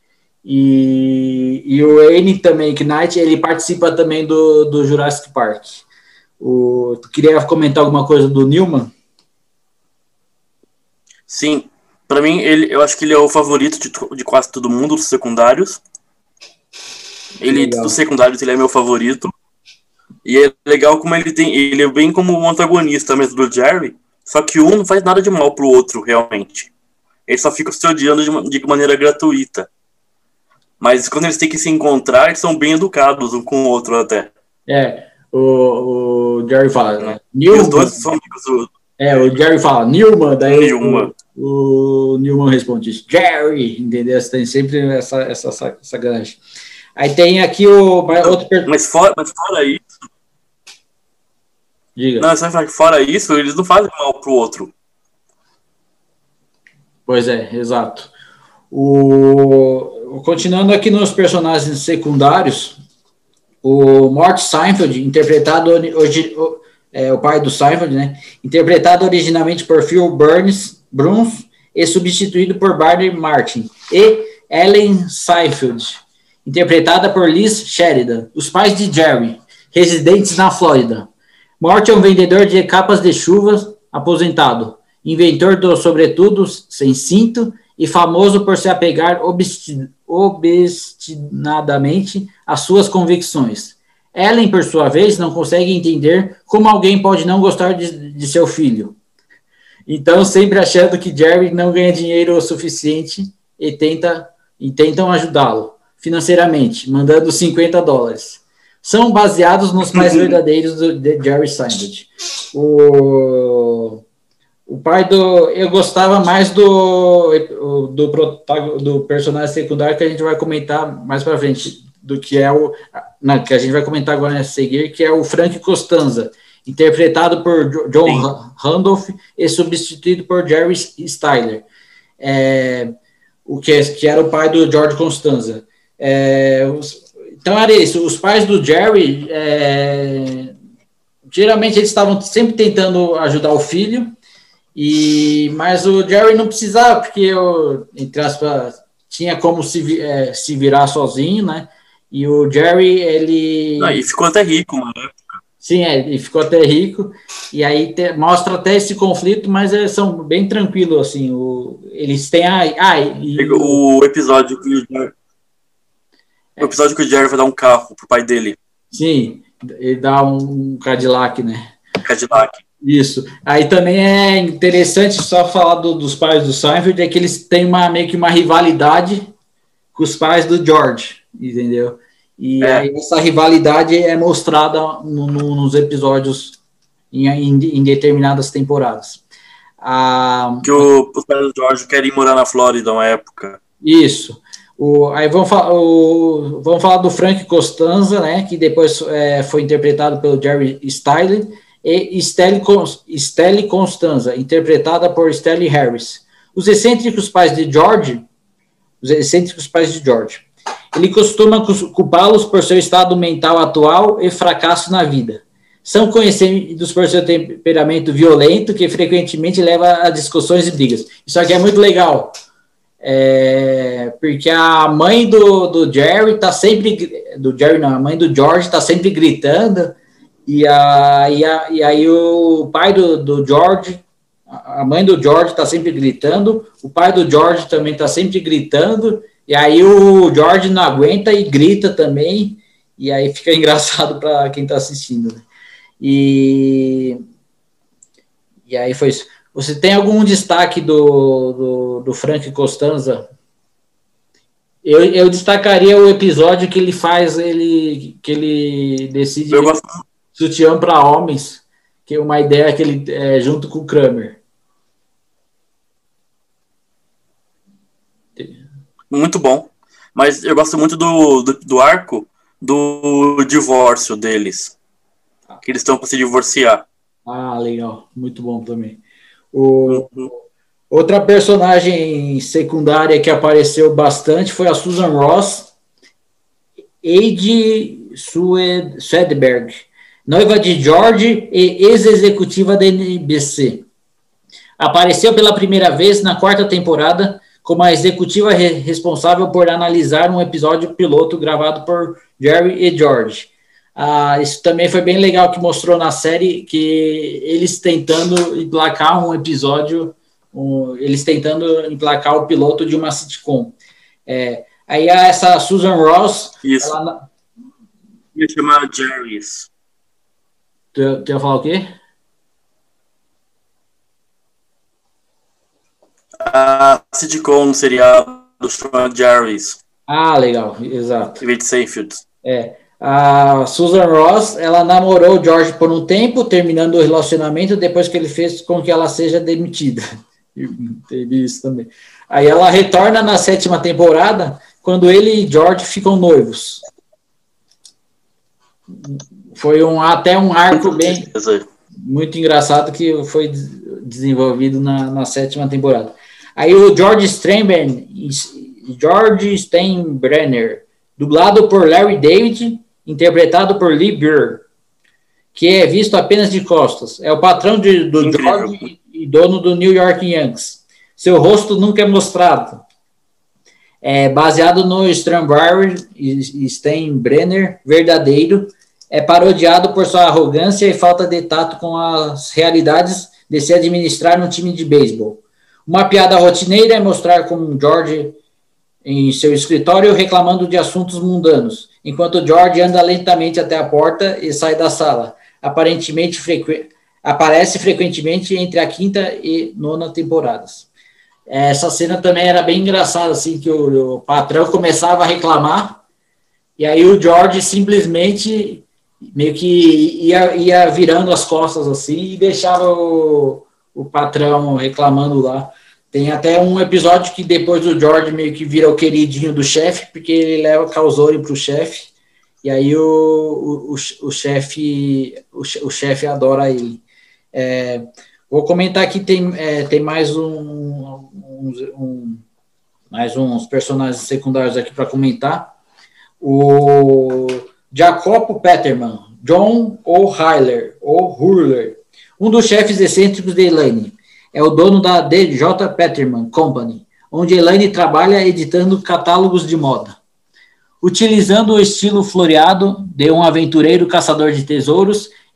e, e o Wayne também, Knight, ele participa também do, do Jurassic Park. O, tu queria comentar alguma coisa do Newman? Sim, para mim, ele, eu acho que ele é o favorito de, de quase todo mundo, dos secundários. Ele, dos secundários, ele é meu favorito. E é legal como ele tem, ele é bem como um antagonista mesmo do Jerry, só que um não faz nada de mal pro outro, realmente. Ele só fica se odiando de, de maneira gratuita. Mas quando eles têm que se encontrar, eles são bem educados um com o outro até. É, o, o Jerry fala, né? E os dois são amigos do... É, o Jerry fala, Newman, daí Newman. O, o Newman responde, Jerry, entendeu? Tem sempre essa, essa sacanagem. Aí tem aqui o outro... Mas fora, mas fora isso... Diga. Não, você vai falar que fora isso, eles não fazem mal pro outro. Pois é, exato. O, continuando aqui nos personagens secundários, o Mort Seinfeld, interpretado hoje, é, o pai do Seinfeld, né? Interpretado originalmente por Phil Burns, Bruns e substituído por Barney Martin. E Ellen Seinfeld, interpretada por Liz Sheridan, os pais de Jerry, residentes na Flórida. Mort é um vendedor de capas de chuva aposentado, inventor dos sobretudos sem cinto e famoso por se apegar obstin- obstinadamente às suas convicções. Ellen, por sua vez, não consegue entender como alguém pode não gostar de, de seu filho. Então, sempre achando que Jerry não ganha dinheiro o suficiente e, tenta, e tentam ajudá-lo financeiramente, mandando cinquenta dólares. São baseados nos pais verdadeiros do, de Jerry Seinfeld. O, o pai do... Eu gostava mais do, do, do personagem secundário que a gente vai comentar mais para frente, do que é o... Não, que a gente vai comentar agora a seguir, que é o Frank Costanza, interpretado por John Sim. Randolph e substituído por Jerry Stiller, é, o que, que era o pai do George Costanza. É, os, então era isso, os pais do Jerry, é, geralmente eles estavam sempre tentando ajudar o filho, e, mas o Jerry não precisava, porque eu, entre aspas, tinha como se, é, se virar sozinho, né? E o Jerry, ele... Ah, e ficou até rico, mano. Sim, é, ele ficou até rico, e aí te, mostra até esse conflito, mas eles são bem tranquilos, assim, o, eles têm a... Ah, e, o episódio que o, Jerry, é, o episódio que o Jerry vai dar um carro pro pai dele. Sim, ele dá um Cadillac, né? Cadillac. Isso. Aí também é interessante só falar do, dos pais do Seinfeld, é que eles têm uma, meio que uma rivalidade com os pais do George, entendeu? E é. aí essa rivalidade é mostrada no, no, nos episódios em, em, em determinadas temporadas. Ah, que o, os pais do George querem morar na Flórida uma época. Isso. O, aí vamos, fa o, vamos falar do Frank Costanza, né, que depois é, foi interpretado pelo Jerry Styles, e Stelly Constanza, interpretada por Stelly Harris. Os excêntricos pais de George, os excêntricos pais de George. Ele costuma culpá-los por seu estado mental atual e fracasso na vida. São conhecidos por seu temperamento violento, que frequentemente leva a discussões e brigas. Isso aqui é muito legal. É, porque a mãe do, do Jerry tá sempre... Do Jerry não, a mãe do George tá sempre gritando. E, a, e, a, e aí o pai do, do George... A mãe do George tá sempre gritando. O pai do George também tá sempre gritando. E aí o George não aguenta e grita também, e aí fica engraçado para quem está assistindo. Né? E, e aí foi isso. Você tem algum destaque do, do, do Frank Costanza? Eu, eu destacaria o episódio que ele faz, ele, que ele decide sutiã para homens, que é uma ideia que ele é, junto com o Kramer. Muito bom, mas eu gosto muito do, do, do arco do divórcio deles, que eles estão para se divorciar. Ah, legal, muito bom também. O, uhum. Outra personagem secundária que apareceu bastante foi a Susan Ross, Eide Swedberg, noiva de George e ex-executiva da N B C. Apareceu pela primeira vez na quarta temporada como a executiva re responsável por analisar um episódio piloto gravado por Jerry e George. Ah, isso também foi bem legal, que mostrou na série que eles tentando emplacar um episódio, um, eles tentando emplacar o piloto de uma sitcom. É, aí essa Susan Ross... Isso. Ela... ia chamar Jerry's. Tu, tu ia falar o quê? A sitcom seria do Sean Jerry's. Ah, legal, exato. Em vez de Seinfeld. É. A Susan Ross, ela namorou o George por um tempo, terminando o relacionamento depois que ele fez com que ela seja demitida. Teve isso também. Aí ela retorna na sétima temporada, quando ele e George ficam noivos. Foi um, até um arco bem muito engraçado que foi desenvolvido na, na sétima temporada. Aí o George Steinbrenner, George Steinbrenner, dublado por Larry David, interpretado por Lee Burr, que é visto apenas de costas. É o patrão de, do Incrível. George e dono do New York Yankees. Seu rosto nunca é mostrado. É baseado no Steinbrenner, Steinbrenner verdadeiro. É parodiado por sua arrogância e falta de tato com as realidades de se administrar um time de beisebol. Uma piada rotineira é mostrar como George em seu escritório reclamando de assuntos mundanos, enquanto George anda lentamente até a porta e sai da sala. Aparentemente frequ... Aparece frequentemente entre a quinta e nona temporadas. Essa cena também era bem engraçada, assim, que o, o patrão começava a reclamar, e aí o George simplesmente meio que ia, ia virando as costas assim e deixava o, o patrão reclamando lá. Tem até um episódio que depois o George meio que vira o queridinho do chefe, porque ele leva calzone pro chefe, e aí o, o, o, o chefe o, o chefe adora ele. É, vou comentar aqui, tem, é, tem mais um, um, um mais uns personagens secundários aqui para comentar. O Jacopo Peterman, John O'Heiler, ou Hurler, um dos chefes excêntricos de Elaine. É o dono da D J Peterman Company, onde Elaine trabalha editando catálogos de moda. Utilizando o estilo floreado de um aventureiro caçador de tesouros,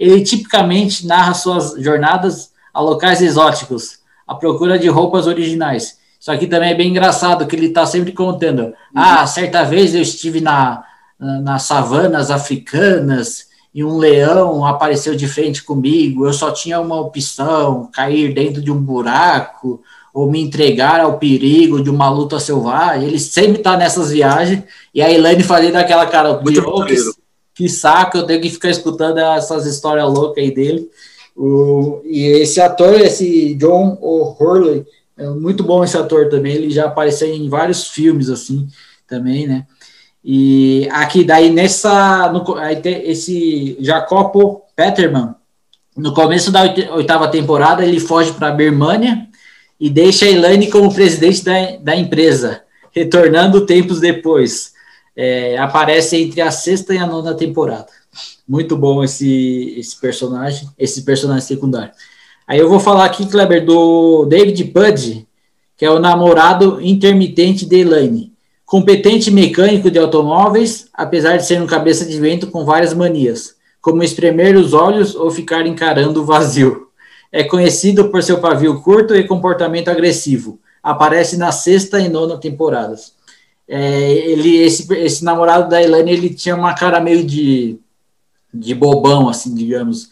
ele tipicamente narra suas jornadas a locais exóticos, à procura de roupas originais. Isso aqui também é bem engraçado, que ele está sempre contando. Uhum. Ah, certa vez eu estive na, na, nas savanas africanas e um leão apareceu de frente comigo, eu só tinha uma opção, cair dentro de um buraco ou me entregar ao perigo de uma luta selvagem. Ele sempre está nessas viagens, e a Elaine fazendo aquela cara, oh, que, que saco, eu tenho que ficar escutando essas histórias loucas aí dele. O, e esse ator, esse John O'Hurley, é muito bom esse ator também, ele já apareceu em vários filmes, assim, também, né? E aqui, daí, nessa, no, aí tem esse Jacopo Peterman, no começo da oitava temporada, ele foge para a Birmânia e deixa a Elaine como presidente da, da empresa, retornando tempos depois. É, aparece entre a sexta e a nona temporada. Muito bom esse, esse personagem, esse personagem secundário. Aí eu vou falar aqui, Kleber, do David Pudge, que é o namorado intermitente de Elaine. Competente mecânico de automóveis, apesar de ser um cabeça de vento com várias manias, como espremer os olhos ou ficar encarando o vazio. É conhecido por seu pavio curto e comportamento agressivo. Aparece na sexta e nona temporadas. É, ele, esse, esse namorado da Elaine, ele tinha uma cara meio de, de bobão, assim, digamos.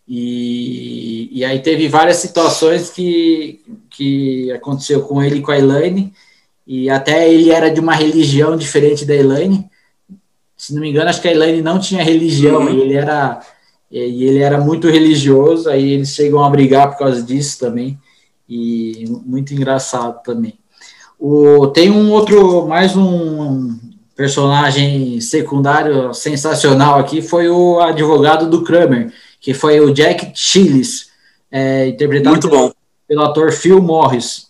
E, e aí teve várias situações que, que aconteceu com ele e com a Elaine, e até ele era de uma religião diferente da Elaine. Se não me engano, acho que a Elaine não tinha religião, uhum. e ele era... E ele era muito religioso, aí eles chegam a brigar por causa disso também, e muito engraçado também. O, tem um outro, mais um personagem secundário sensacional aqui, foi o advogado do Kramer, que foi o Jack Chiles, é, interpretado muito pelo, bom. pelo ator Phil Morris.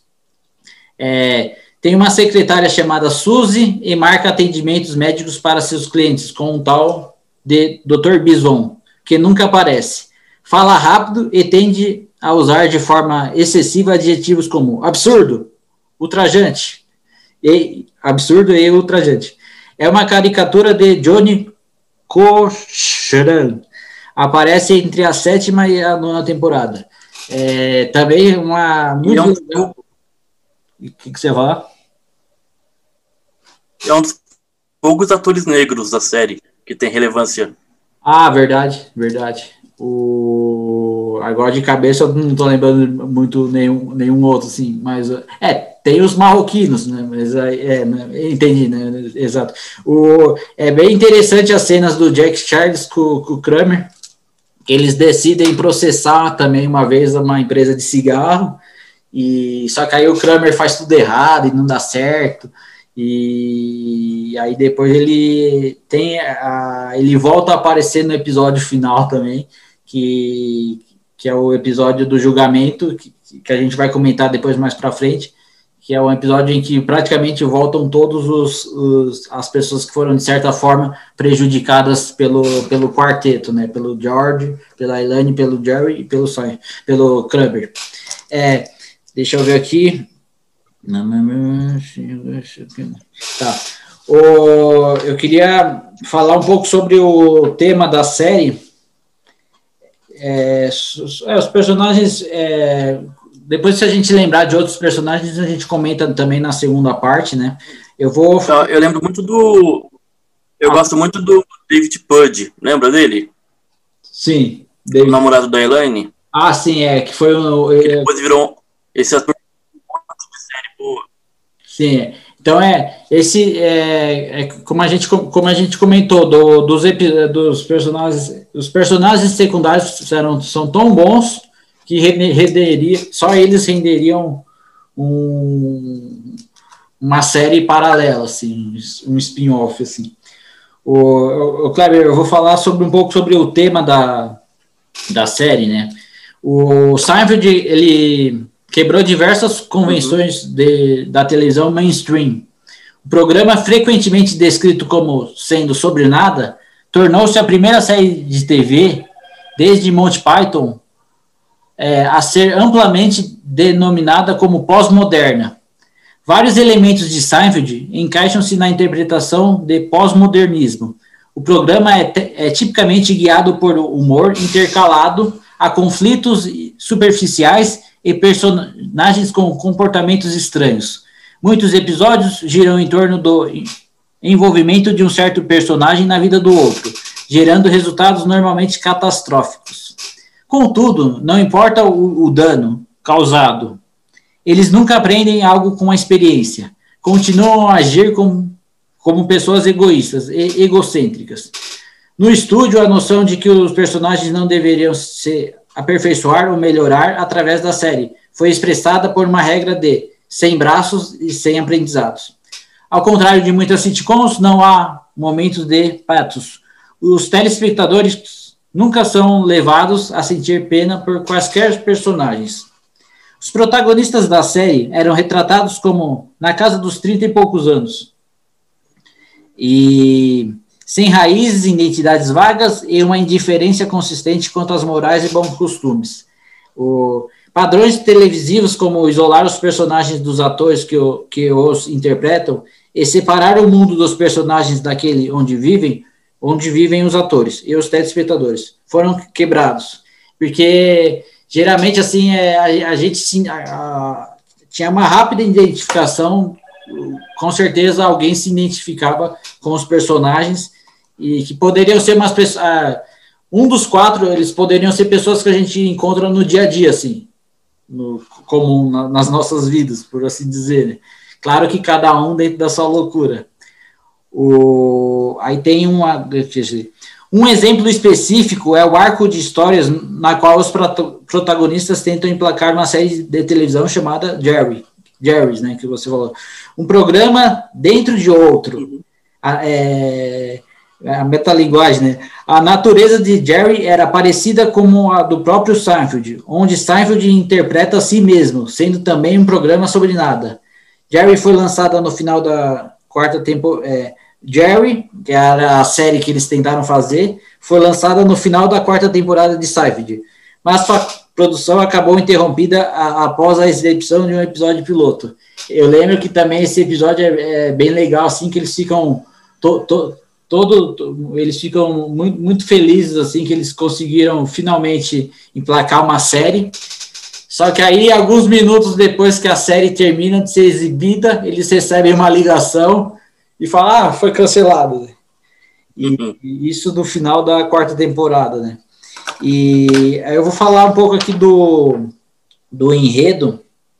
É, tem uma secretária chamada Suzy e marca atendimentos médicos para seus clientes, com um tal de doutor Bison, que nunca aparece. Fala rápido e tende a usar de forma excessiva adjetivos como absurdo, ultrajante, e, absurdo e ultrajante. É uma caricatura de Johnny Cochran. Aparece entre a sétima e a nona temporada. É, também uma... Muito é um... legal. O que, que você vai falar? É um dos poucos atores negros da série que tem relevância. Ah, verdade, verdade. O... Agora de cabeça eu não tô lembrando muito nenhum, nenhum outro, assim, mas é, tem os marroquinos, né? Mas é, né? Entendi, né? Exato. O... É bem interessante as cenas do Jack Charles com, com o Kramer, que eles decidem processar também uma vez uma empresa de cigarro, e só que aí o Kramer faz tudo errado e não dá certo. E aí depois ele tem a, ele volta a aparecer no episódio final também, que, que é o episódio do julgamento, que, que a gente vai comentar depois mais para frente, que é um episódio em que praticamente voltam todos os, os as pessoas que foram de certa forma prejudicadas pelo, pelo quarteto, né, pelo George, pela Elaine, pelo Jerry e pelo Sam, pelo Kramer. É, deixa eu ver aqui. Tá. O, eu queria falar um pouco sobre o tema da série. É, os, é, os personagens. É, depois, se a gente lembrar de outros personagens, a gente comenta também na segunda parte, né? Eu vou. Eu lembro muito do. Eu ah. gosto muito do David Pudge. Lembra dele? Sim. David. O namorado da Elaine. Ah, sim, é. Que foi o. Que depois virou esse ator. Sim, então é esse é, é como a gente como a gente comentou do, dos dos personagens, os personagens secundários eram, são tão bons que renderia, só eles renderiam um, uma série paralela, assim, um spin-off, assim. O, o Kleber, eu vou falar sobre um pouco sobre o tema da, da série, né? O Seinfeld, ele quebrou diversas convenções uhum. de, da televisão mainstream. O programa, frequentemente descrito como sendo sobre nada, tornou-se a primeira série de T V, desde Monty Python, é, a ser amplamente denominada como pós-moderna. Vários elementos de Seinfeld encaixam-se na interpretação de pós-modernismo. O programa é, é tipicamente guiado por humor intercalado a conflitos superficiais e personagens com comportamentos estranhos. Muitos episódios giram em torno do envolvimento de um certo personagem na vida do outro, gerando resultados normalmente catastróficos. Contudo, não importa o, o dano causado, eles nunca aprendem algo com a experiência, continuam a agir como, como pessoas egoístas e egocêntricas. No estúdio, a noção de que os personagens não deveriam se aperfeiçoar ou melhorar através da série foi expressada por uma regra de sem braços e sem aprendizados. Ao contrário de muitas sitcoms, não há momentos de patos. Os telespectadores nunca são levados a sentir pena por quaisquer personagens. Os protagonistas da série eram retratados como na casa dos trinta e poucos anos. E sem raízes, identidades vagas e uma indiferença consistente quanto às morais e bons costumes. O, padrões televisivos como isolar os personagens dos atores que, o, que os interpretam e separar o mundo dos personagens daquele onde vivem, onde vivem os atores e os telespectadores, foram quebrados. Porque, geralmente, assim, é, a, a gente a, a, tinha uma rápida identificação, com certeza alguém se identificava com os personagens, e que poderiam ser umas pessoas... Um dos quatro, eles poderiam ser pessoas que a gente encontra no dia a dia, assim, no comum, na, nas nossas vidas, por assim dizer, né? Claro que cada um dentro da sua loucura. O, aí tem uma, um exemplo específico, é o arco de histórias na qual os protagonistas tentam emplacar uma série de televisão chamada Jerry, Jerry's, né, que você falou. Um programa dentro de outro. A, é, a metalinguagem, né? A natureza de Jerry era parecida com a do próprio Seinfeld, onde Seinfeld interpreta a si mesmo, sendo também um programa sobre nada. Jerry foi lançada no final da quarta temporada. É, Jerry, que era a série que eles tentaram fazer, foi lançada no final da quarta temporada de Seinfeld, mas sua produção acabou interrompida a, após a exibição de um episódio piloto. Eu lembro que também esse episódio é, é bem legal, assim, que eles ficam to, to, todo, to, eles ficam muito, muito felizes, assim, que eles conseguiram finalmente emplacar uma série. Só que aí, alguns minutos depois que a série termina de ser exibida, eles recebem uma ligação e falam, ah, foi cancelado. E, uhum. e isso no final da quarta temporada, né? E aí eu vou falar um pouco aqui do, do enredo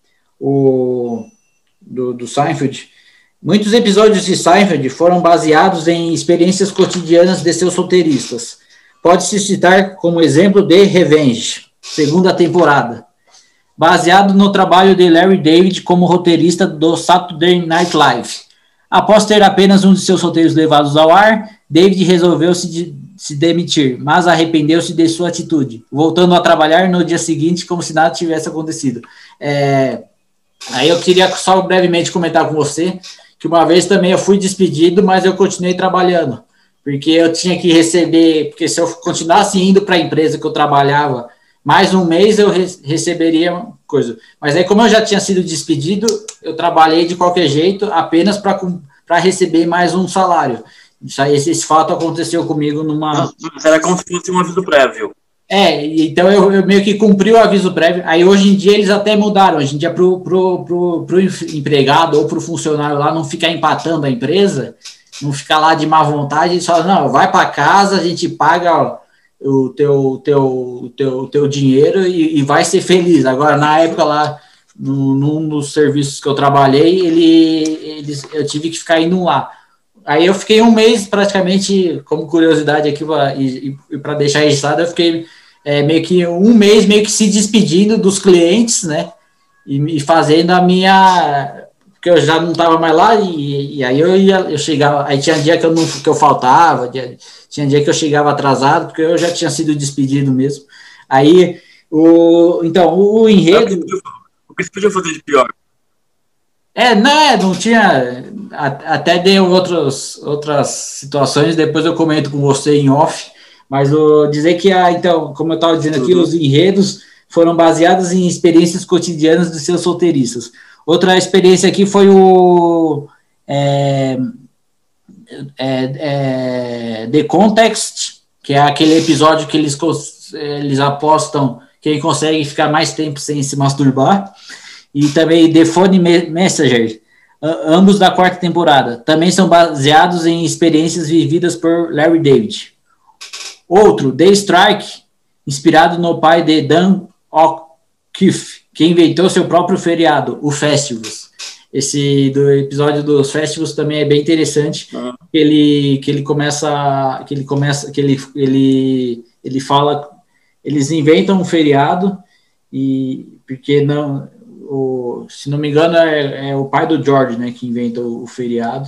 o, do, do Seinfeld. Muitos episódios de Seinfeld foram baseados em experiências cotidianas de seus roteiristas. Pode-se citar como exemplo de Revenge, segunda temporada, baseado no trabalho de Larry David como roteirista do Saturday Night Live. Após ter apenas um de seus roteiros levados ao ar, David resolveu se, de, se demitir, mas arrependeu-se de sua atitude, voltando a trabalhar no dia seguinte como se nada tivesse acontecido. É, aí eu queria só brevemente comentar com você que uma vez também eu fui despedido, mas eu continuei trabalhando, porque eu tinha que receber, porque se eu continuasse indo para a empresa que eu trabalhava, mais um mês eu re- receberia coisa. Mas aí, como eu já tinha sido despedido, eu trabalhei de qualquer jeito, apenas para receber mais um salário. Isso aí, esse, esse fato aconteceu comigo numa... Era como se fosse um aviso prévio. É, então eu, eu meio que cumpri o aviso prévio. Aí hoje em dia eles até mudaram. Hoje em dia, para o pro, pro, pro empregado ou para o funcionário lá não ficar empatando a empresa, não ficar lá de má vontade, eles falam, não, vai para casa, a gente paga... Ó, o teu, teu, teu, teu dinheiro e, e vai ser feliz. Agora, na época lá, no, num dos serviços que eu trabalhei, ele, eles, eu tive que ficar indo lá. Aí eu fiquei um mês praticamente, como curiosidade aqui, e, e para deixar registrado, eu fiquei é, meio que um mês meio que se despedindo dos clientes, né, e, e fazendo a minha... porque eu já não estava mais lá, e, e aí eu ia, eu chegava, aí tinha dia que eu, não, que eu faltava, dia, tinha dia que eu chegava atrasado, porque eu já tinha sido despedido mesmo. Aí, o, então, o, o enredo... O que você podia fazer de pior? É, não, é, não tinha... Até deu outros, outras situações, depois eu comento com você em off, mas eu dizer que, a, então, como eu estava dizendo aqui, uhum. Os enredos foram baseados em experiências cotidianas dos seus roteiristas. Outra experiência aqui foi o... É, é, é, The Context, que é aquele episódio que eles, eles apostam quem consegue ficar mais tempo sem se masturbar, e também The Phone Messenger, ambos da quarta temporada. Também são baseados em experiências vividas por Larry David. Outro, The Strike, inspirado no pai de Dan O'Keefe, que inventou seu próprio feriado, o Festivus. Esse do episódio dos Festivus também é bem interessante, uhum. que ele que ele começa que ele começa que ele ele ele fala, eles inventam um feriado e porque não o, se não me engano é, é o pai do George, né, que inventa o, o feriado,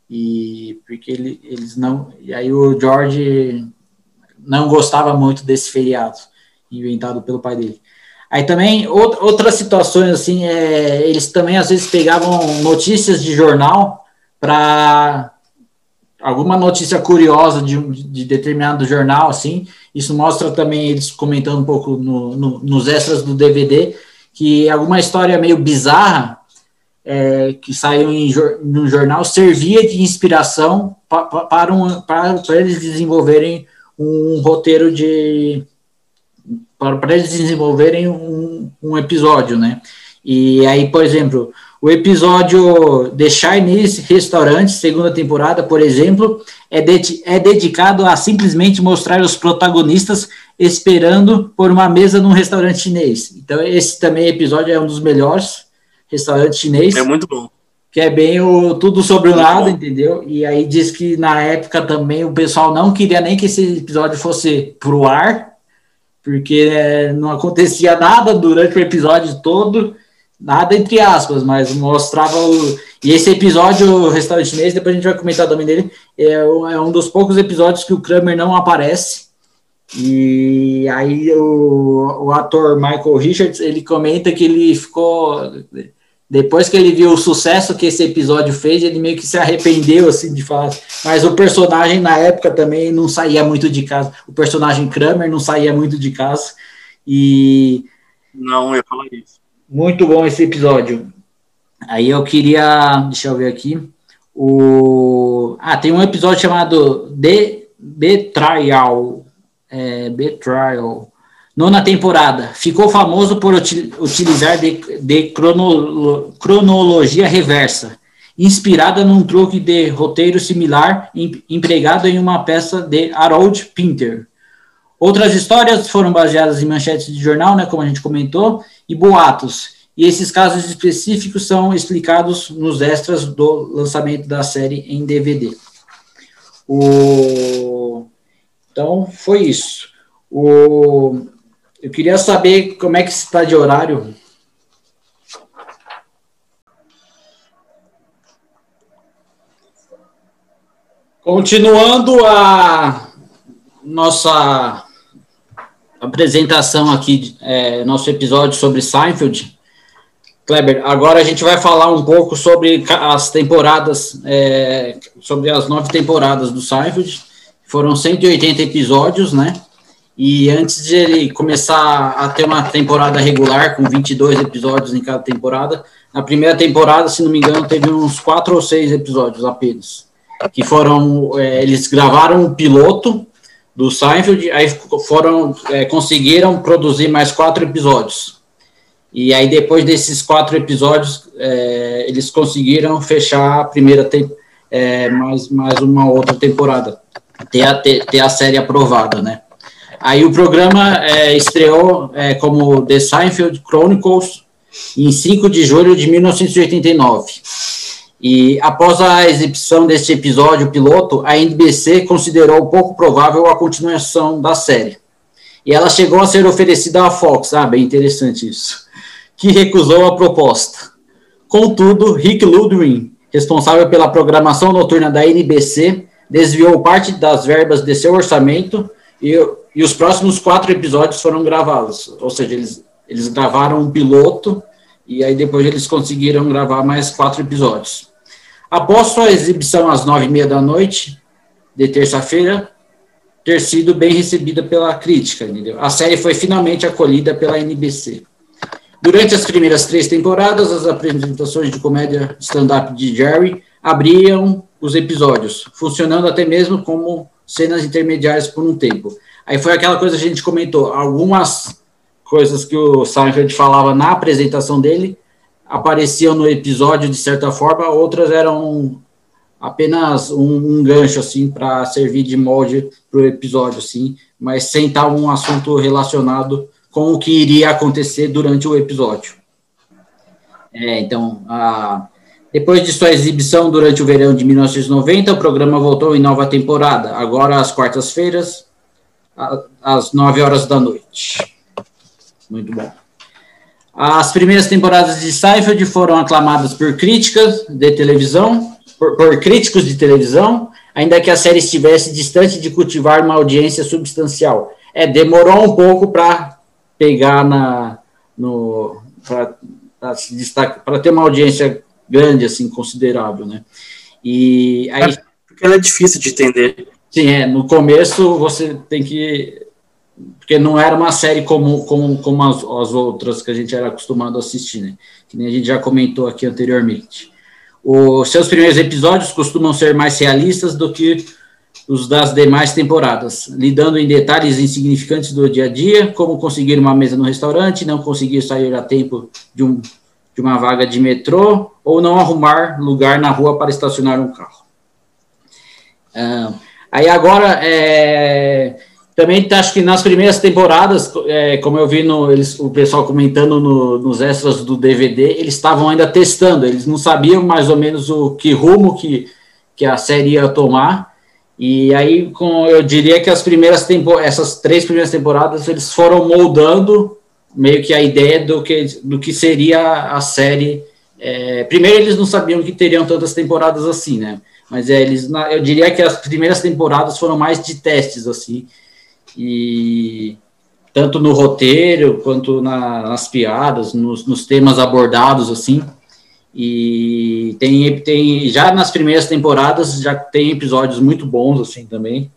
e porque ele, eles não, e aí o George não gostava muito desse feriado inventado pelo pai dele. Aí também, outras situações, assim, é, eles também às vezes pegavam notícias de jornal para alguma notícia curiosa de, de determinado jornal, assim. Isso mostra também eles comentando um pouco no, no, nos extras do D V D, que alguma história meio bizarra é, que saiu em no jornal servia de inspiração pa, pa, para, um, para, para eles desenvolverem um roteiro de... para, para eles desenvolverem um, um episódio, né? E aí, por exemplo, o episódio The Chinese Restaurant, segunda temporada, por exemplo, é, de, é dedicado a simplesmente mostrar os protagonistas esperando por uma mesa num restaurante chinês. Então, esse também episódio é um dos melhores, restaurante chinês. É muito bom. Que é bem o tudo sobre o nada, entendeu? E aí diz que na época também o pessoal não queria nem que esse episódio fosse pro ar, porque é, não acontecia nada durante o episódio todo, nada entre aspas, mas mostrava o... E esse episódio, o restaurante chinês, depois a gente vai comentar também dele, é, é um dos poucos episódios que o Kramer não aparece, e aí o, o ator Michael Richards, ele comenta que ele ficou... Depois que ele viu o sucesso que esse episódio fez, ele meio que se arrependeu, assim, de falar. Mas o personagem, na época, também não saía muito de casa. O personagem Kramer não saía muito de casa. E... Não, eu ia falar isso. Muito bom esse episódio. Aí eu queria... Deixa eu ver aqui. O... Ah, tem um episódio chamado The Betrayal. É, Betrayal. Nona temporada. Ficou famoso por util, utilizar de, de cronolo, cronologia reversa, inspirada num truque de roteiro similar em, empregado em uma peça de Harold Pinter. Outras histórias foram baseadas em manchetes de jornal, né, como a gente comentou, e boatos. E esses casos específicos são explicados nos extras do lançamento da série em D V D. O... Então, foi isso. O... Eu queria saber como é que está de horário. Continuando a nossa apresentação aqui, é, nosso episódio sobre Seinfeld. Kleber, agora a gente vai falar um pouco sobre as temporadas, é, sobre as nove temporadas do Seinfeld. Foram cento e oitenta episódios, né? E antes de ele começar a ter uma temporada regular, com vinte e dois episódios em cada temporada, na primeira temporada, se não me engano, teve uns quatro ou seis episódios apenas. Que foram, é, eles gravaram um piloto do Seinfeld, aí foram, é, conseguiram produzir mais quatro episódios. E aí, depois desses quatro episódios, é, eles conseguiram fechar a primeira, te, é, mais, mais uma outra temporada, ter a, ter, ter a série aprovada, né? Aí o programa é, estreou é, como The Seinfeld Chronicles em cinco de julho de mil novecentos e oitenta e nove. E após a exibição deste episódio piloto, a N B C considerou pouco provável a continuação da série. E ela chegou a ser oferecida à Fox, ah, bem interessante isso, que recusou a proposta. Contudo, Rick Ludwig, responsável pela programação noturna da N B C, desviou parte das verbas de seu orçamento e E os próximos quatro episódios foram gravados, ou seja, eles, eles gravaram um piloto e aí depois eles conseguiram gravar mais quatro episódios. Após sua exibição às nove e meia da noite, de terça-feira, ter sido bem recebida pela crítica, entendeu? A série foi finalmente acolhida pela N B C. Durante as primeiras três temporadas, as apresentações de comédia stand-up de Jerry abriam os episódios, funcionando até mesmo como cenas intermediárias por um tempo. Aí foi aquela coisa que a gente comentou, algumas coisas que o Seinfeld falava na apresentação dele apareciam no episódio de certa forma, outras eram apenas um, um gancho, assim, para servir de molde para o episódio, assim, mas sem estar um assunto relacionado com o que iria acontecer durante o episódio. É, então, a, depois de sua exibição durante o verão de mil novecentos e noventa, o programa voltou em nova temporada, agora às quartas-feiras, às nove horas da noite. Muito bom. As primeiras temporadas de Seinfeld foram aclamadas por críticas de televisão, por, por críticos de televisão, ainda que a série estivesse distante de cultivar uma audiência substancial. É, demorou um pouco para pegar na, no, para ter uma audiência grande, assim, considerável, né? E aí, é porque ela é difícil de entender. Sim, é, no começo você tem que, porque não era uma série como, como, como as, as outras que a gente era acostumado a assistir, né? Que nem a gente já comentou aqui anteriormente. Os seus primeiros episódios costumam ser mais realistas do que os das demais temporadas, lidando em detalhes insignificantes do dia a dia, como conseguir uma mesa no restaurante, não conseguir sair a tempo de, um, de uma vaga de metrô, ou não arrumar lugar na rua para estacionar um carro. Ah, aí agora, é, também acho que nas primeiras temporadas, é, como eu vi no, eles, o pessoal comentando no, nos extras do D V D, eles estavam ainda testando, eles não sabiam mais ou menos o que rumo que, que a série ia tomar. E aí, com, eu diria que as primeiras tempo, essas três primeiras temporadas, eles foram moldando meio que a ideia do que, do que seria a série. É, primeiro, eles não sabiam que teriam tantas temporadas assim, né? Mas é, eles, eu diria que as primeiras temporadas foram mais de testes, assim, e tanto no roteiro, quanto na, nas piadas, nos, nos temas abordados, assim. E tem, tem, já nas primeiras temporadas, já tem episódios muito bons, assim, também,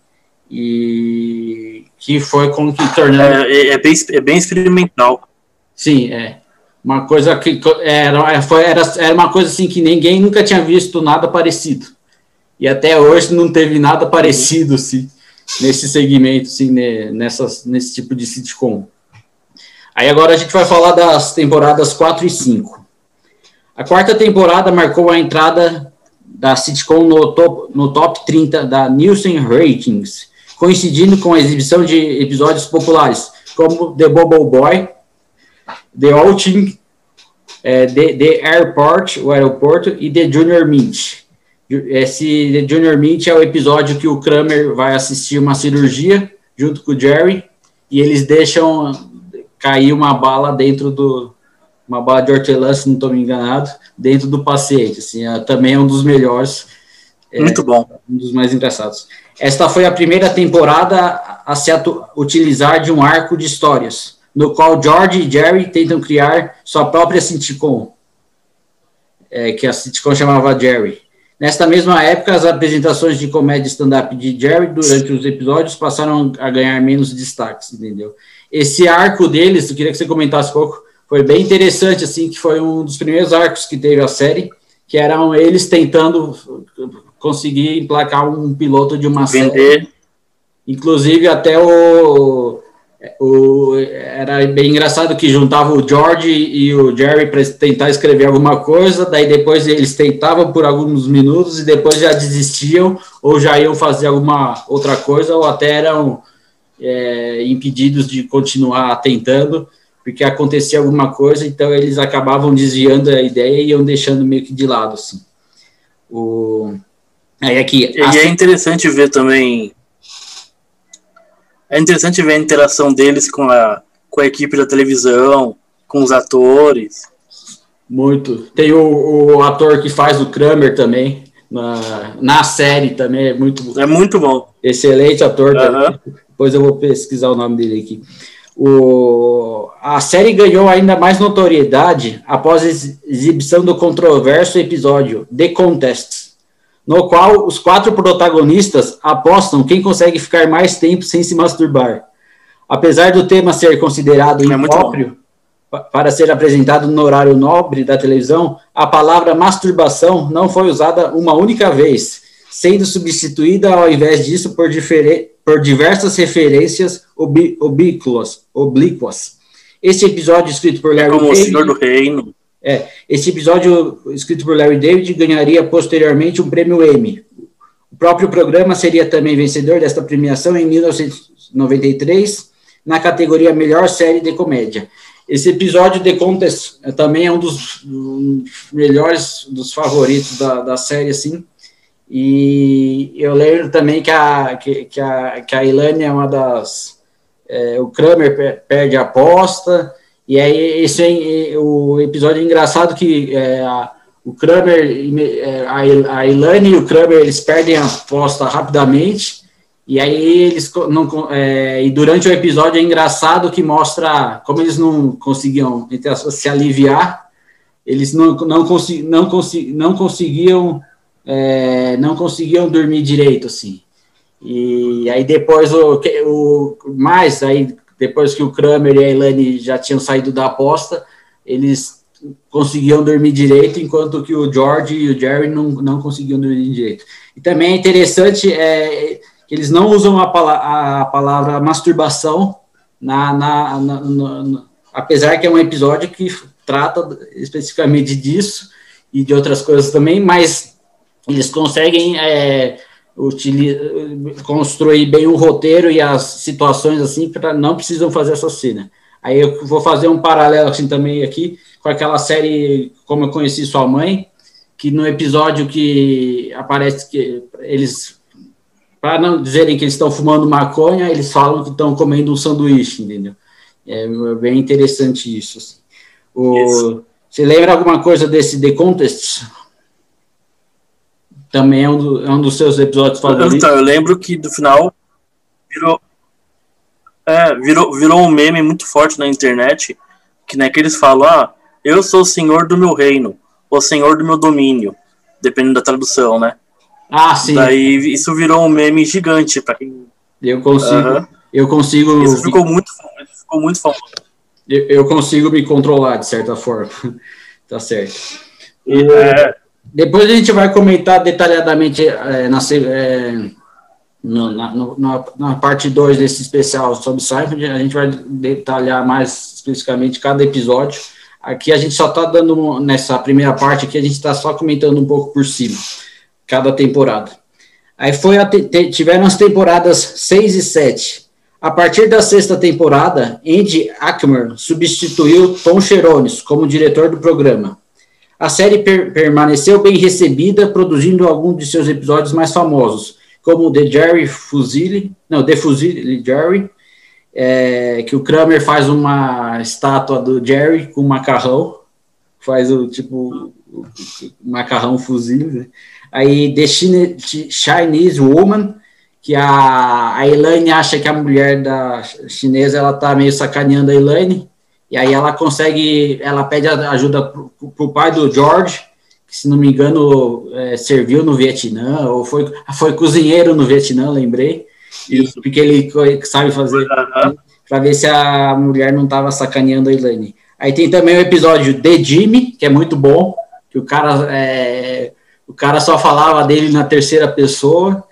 e que foi com que tornando... É, é, bem, é bem experimental. Sim, é. Uma coisa que era, foi, era, era uma coisa, assim, que ninguém nunca tinha visto nada parecido. E até hoje não teve nada parecido, assim, nesse segmento, assim, né, nessas, nesse tipo de sitcom. Aí agora a gente vai falar das temporadas quatro e cinco. A quarta temporada marcou a entrada da sitcom no top, no top trinta da Nielsen Ratings, coincidindo com a exibição de episódios populares, como The Bubble Boy, The Outing, é, The, The Airport, o aeroporto, e The Junior Mint. Esse The Junior Mint é o episódio que o Kramer vai assistir uma cirurgia, junto com o Jerry, e eles deixam cair uma bala dentro do... uma bala de hortelã, se não estou me enganado, dentro do paciente. Assim, é, também é um dos melhores. Muito é, bom. Um dos mais engraçados. Esta foi a primeira temporada a se utilizar de um arco de histórias, no qual George e Jerry tentam criar sua própria sitcom, é, que a sitcom chamava Jerry. Nesta mesma época, as apresentações de comédia stand-up de Jerry durante os episódios passaram a ganhar menos destaques, entendeu? Esse arco deles, eu queria que você comentasse um pouco, foi bem interessante, assim, que foi um dos primeiros arcos que teve a série, que eram eles tentando conseguir emplacar um piloto de uma Vender. série. Inclusive, até o, o... Era bem engraçado que juntava o George e o Jerry para tentar escrever alguma coisa, daí depois eles tentavam por alguns minutos e depois já desistiam, ou já iam fazer alguma outra coisa, ou até eram é, impedidos de continuar tentando, porque acontecia alguma coisa, então eles acabavam desviando a ideia e iam deixando meio que de lado, assim. O... Aí aqui... E é interessante ver também... É interessante ver a interação deles com a, com a equipe da televisão, com os atores. Muito. Tem o, o ator que faz o Kramer também, na, na série também, é muito... É muito bom. Excelente ator uhum. também. Depois eu vou pesquisar o nome dele aqui. O, a série ganhou ainda mais notoriedade após a exibição do controverso episódio The Contest, no qual os quatro protagonistas apostam quem consegue ficar mais tempo sem se masturbar. Apesar do tema ser considerado é impróprio para ser apresentado no horário nobre da televisão, a palavra masturbação não foi usada uma única vez, sendo substituída, ao invés disso, por, por diversas referências oblíquas. oblíquas. Este episódio, escrito por Larry Como David... o Senhor do Reino. É, este episódio, escrito por Larry David, ganharia posteriormente um prêmio Emmy. O próprio programa seria também vencedor desta premiação em mil novecentos e noventa e três, na categoria Melhor Série de Comédia. Esse episódio, The Contest, também é um dos um, melhores, dos favoritos da, da série, assim. E eu lembro também que a, que, que a, que a Elaine é uma das... É, o Kramer per, perde a aposta, e aí esse é, o episódio é engraçado que é, a, o Kramer, a, a Elaine e o Kramer, eles perdem a aposta rapidamente, e aí eles não... É, e durante o episódio é engraçado que mostra como eles não conseguiam entre as, se aliviar, eles não, não, consegui, não, consegui, não conseguiam... É, não conseguiam dormir direito, assim. E aí depois o, o mais aí depois que o Kramer e a Elaine já tinham saído da aposta, eles conseguiam dormir direito, enquanto que o George e o Jerry não, não conseguiam dormir direito. E também é interessante é, que eles não usam a, pala a palavra masturbação na, na, na, na, na apesar que é um episódio que trata especificamente disso e de outras coisas também, mas eles conseguem é, construir bem o roteiro e as situações assim, para não precisam fazer essa cena. Aí eu vou fazer um paralelo assim também aqui com aquela série Como Eu Conheci Sua Mãe, que no episódio que aparece que eles, para não dizerem que eles estão fumando maconha, eles falam que estão comendo um sanduíche, entendeu? É bem interessante isso. Assim. O, isso. Você lembra alguma coisa desse The Contest? Também é um, do, é um dos seus episódios favoritos. Então, eu lembro que do final virou, é, virou, virou um meme muito forte na internet, que, né, que eles falam, ah, eu sou o senhor do meu reino, o senhor do meu domínio, dependendo da tradução, né? Ah, sim. Daí isso virou um meme gigante para quem... Eu consigo, uh-huh. eu consigo... Isso ficou muito, ficou muito famoso. Eu, eu consigo me controlar, de certa forma. Tá certo. É... Depois a gente vai comentar detalhadamente é, na, é, no, na, no, na, na parte dois desse especial sobre Seinfeld, a gente vai detalhar mais especificamente cada episódio. Aqui a gente só está dando, nessa primeira parte aqui, a gente está só comentando um pouco por cima, cada temporada. Aí foi a te, tiveram as temporadas seis e sete. A partir da sexta temporada, Andy Ackmer substituiu Tom Cherones como diretor do programa. A série per permaneceu bem recebida, produzindo alguns de seus episódios mais famosos, como The Jerry Fuzile, não, The Fuzile Jerry, é, que o Kramer faz uma estátua do Jerry com macarrão, faz o tipo o, o macarrão fuzile, né? Aí The Chine Chinese Woman, que a, a Elaine acha que a mulher da chinesa ela tá meio sacaneando a Elaine. E aí ela consegue, ela pede ajuda pro, pro pai do George, que se não me engano é, serviu no Vietnã, ou foi, foi cozinheiro no Vietnã, lembrei. Isso. Porque ele sabe fazer, uhum. Para ver se a mulher não estava sacaneando a Elaine. Aí tem também o episódio The Jimmy, que é muito bom, que o cara, é, o cara só falava dele na terceira pessoa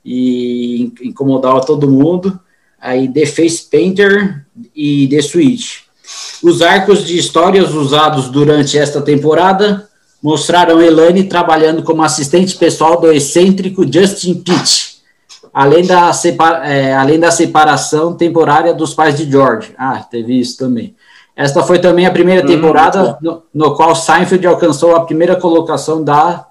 e incomodava todo mundo. Aí The Face Painter e The Switch. Os arcos de histórias usados durante esta temporada mostraram Elaine trabalhando como assistente pessoal do excêntrico Justin Peach, além da, é, além da separação temporária dos pais de George. Ah, teve isso também. Esta foi também a primeira temporada hum, no, no qual Seinfeld alcançou a primeira colocação da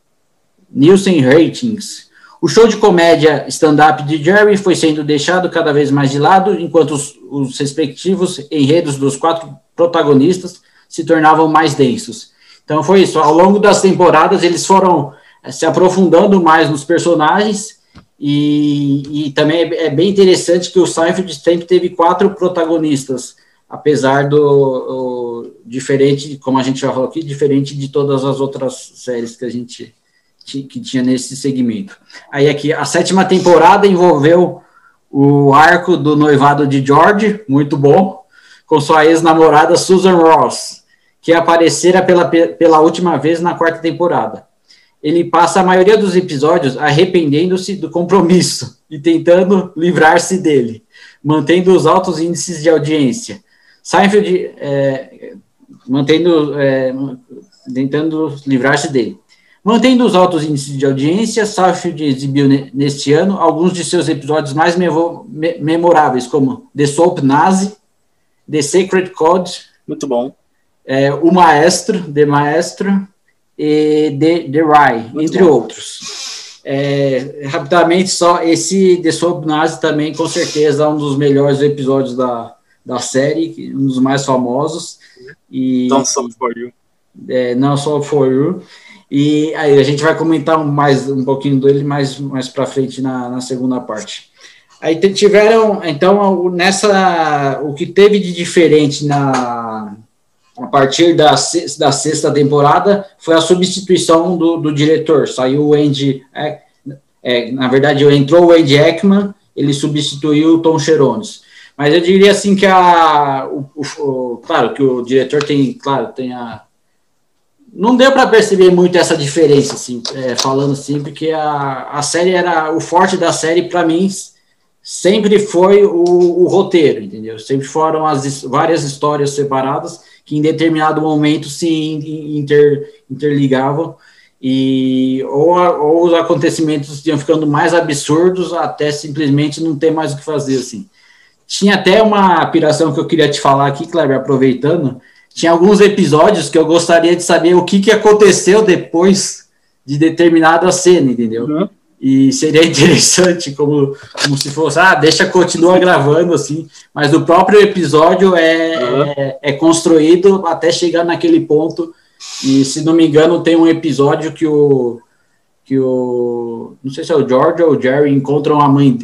Nielsen Ratings. O show de comédia stand-up de Jerry foi sendo deixado cada vez mais de lado, enquanto os, os respectivos enredos dos quatro protagonistas se tornavam mais densos. Então foi isso, ao longo das temporadas eles foram se aprofundando mais nos personagens, e, e também é, é bem interessante que o Seinfeld sempre teve quatro protagonistas, apesar do o, diferente, como a gente já falou aqui, diferente de todas as outras séries que a gente... que tinha nesse segmento. Aí aqui, a sétima temporada envolveu o arco do noivado de George, muito bom, com sua ex-namorada Susan Ross, que aparecera pela, pela última vez na quarta temporada. ele passa a maioria dos episódios arrependendo-se do compromisso e tentando livrar-se dele, mantendo os altos índices de audiência. Seinfeld é, mantendo, é, tentando livrar-se dele. Mantendo os altos índices de audiência, Seinfeld exibiu neste ano alguns de seus episódios mais mevo, me, memoráveis, como The Soap Nazi, The Sacred Code, muito bom, é, O Maestro, The Maestro, e The, The Rye, muito entre bom. outros. É, rapidamente, só esse The Soap Nazi também, com certeza, é um dos melhores episódios da, da série, um dos mais famosos. E, Don't Soap For You. É, Não Soap For You. E aí a gente vai comentar mais um pouquinho dele mais, mais para frente na, na segunda parte. Aí tiveram, então, nessa, o que teve de diferente na, a partir da, da sexta temporada foi a substituição do, do diretor. Saiu o Andy, é, é, na verdade, entrou o Andy Eckman, ele substituiu o Tom Cherones. Mas eu diria assim que a, o, o, claro que o diretor tem, claro, tem a não deu para perceber muito essa diferença, assim, é, falando assim, porque a, a série era, o forte da série, para mim, sempre foi o, o roteiro, entendeu? Sempre foram as várias histórias separadas que em determinado momento se inter, interligavam e ou, ou os acontecimentos iam ficando mais absurdos até simplesmente não ter mais o que fazer, assim. Tinha até uma piração que eu queria te falar aqui, Kleber, aproveitando. Tinha alguns episódios que eu gostaria de saber o que, que aconteceu depois de determinada cena, entendeu? Uhum. E seria interessante, como, como se fosse, ah, deixa, continua gravando, assim, mas o próprio episódio é, uhum. é, é construído até chegar naquele ponto, e se não me engano tem um episódio que o, que o não sei se é o George ou o Jerry encontram a mãe,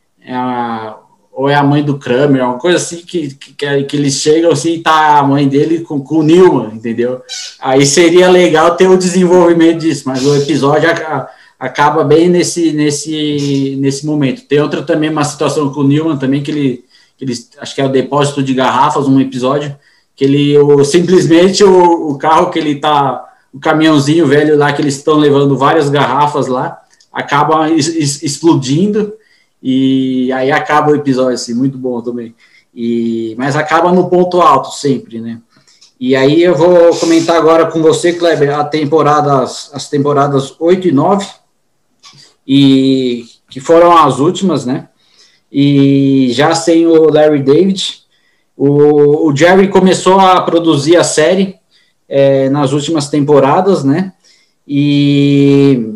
a, ou é a mãe do Kramer, uma coisa assim que, que, que eles chegam assim e tá a mãe dele com, com o Newman, entendeu? Aí seria legal ter o desenvolvimento disso, mas o episódio a, acaba bem nesse, nesse, nesse momento. Tem outra também, uma situação com o Newman também, que ele, que ele acho que é o depósito de garrafas, um episódio, que ele, o, simplesmente o, o carro que ele tá, o caminhãozinho velho lá, que eles estão levando várias garrafas lá, acaba es, es, explodindo, e aí acaba o episódio, assim, muito bom também. E, mas acaba no ponto alto sempre, né? E aí eu vou comentar agora com você, Kleber, a temporada, as temporadas oito e nove, e, que foram as últimas, né? E já sem o Larry David, o, o Jerry começou a produzir a série é, nas últimas temporadas, né? E...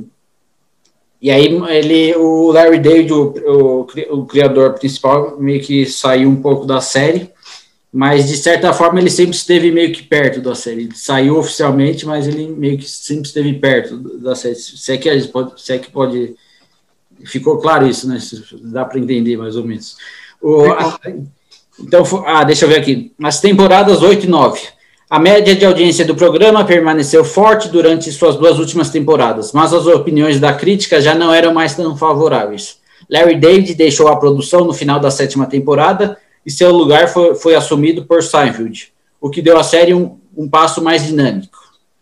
E aí ele, o Larry David, o, o, o criador principal, meio que saiu um pouco da série, mas de certa forma ele sempre esteve meio que perto da série. Ele saiu oficialmente, mas ele meio que sempre esteve perto da série. Se é que pode, se é que pode ficou claro isso, né? Dá para entender mais ou menos. O, a, então, ah, deixa eu ver aqui. As temporadas oito e nove. A média de audiência do programa permaneceu forte durante suas duas últimas temporadas, mas as opiniões da crítica já não eram mais tão favoráveis. Larry David deixou a produção no final da sétima temporada e seu lugar foi, foi assumido por Seinfeld, o que deu à série um, um passo mais dinâmico.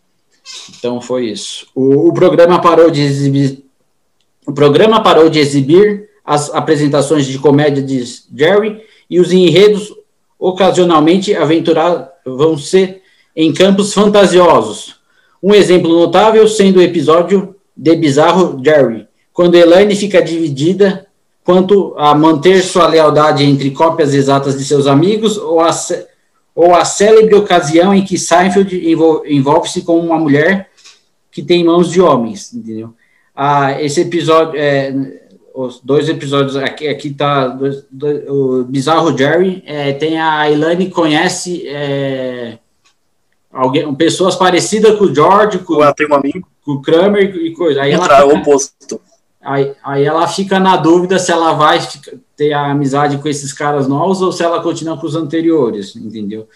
Então foi isso. O, o programa parou de exibir, o programa parou de exibir as apresentações de comédia de Jerry e os enredos ocasionalmente aventurados vão ser em campos fantasiosos. Um exemplo notável sendo o episódio de Bizarro Jerry, quando Elaine fica dividida quanto a manter sua lealdade entre cópias exatas de seus amigos ou a, ou a célebre ocasião em que Seinfeld envolve-se com uma mulher que tem mãos de homens, entendeu? Ah, esse episódio, é, os dois episódios, aqui, aqui tá, dois, dois, o Bizarro Jerry, é, tem a Elaine conhece é, alguém, pessoas parecidas com o George, com, ela tem um amigo, com o Kramer e coisa. Aí ela fica, o oposto. Aí, aí ela fica na dúvida se ela vai ficar, ter a amizade com esses caras novos ou se ela continua com os anteriores, entendeu?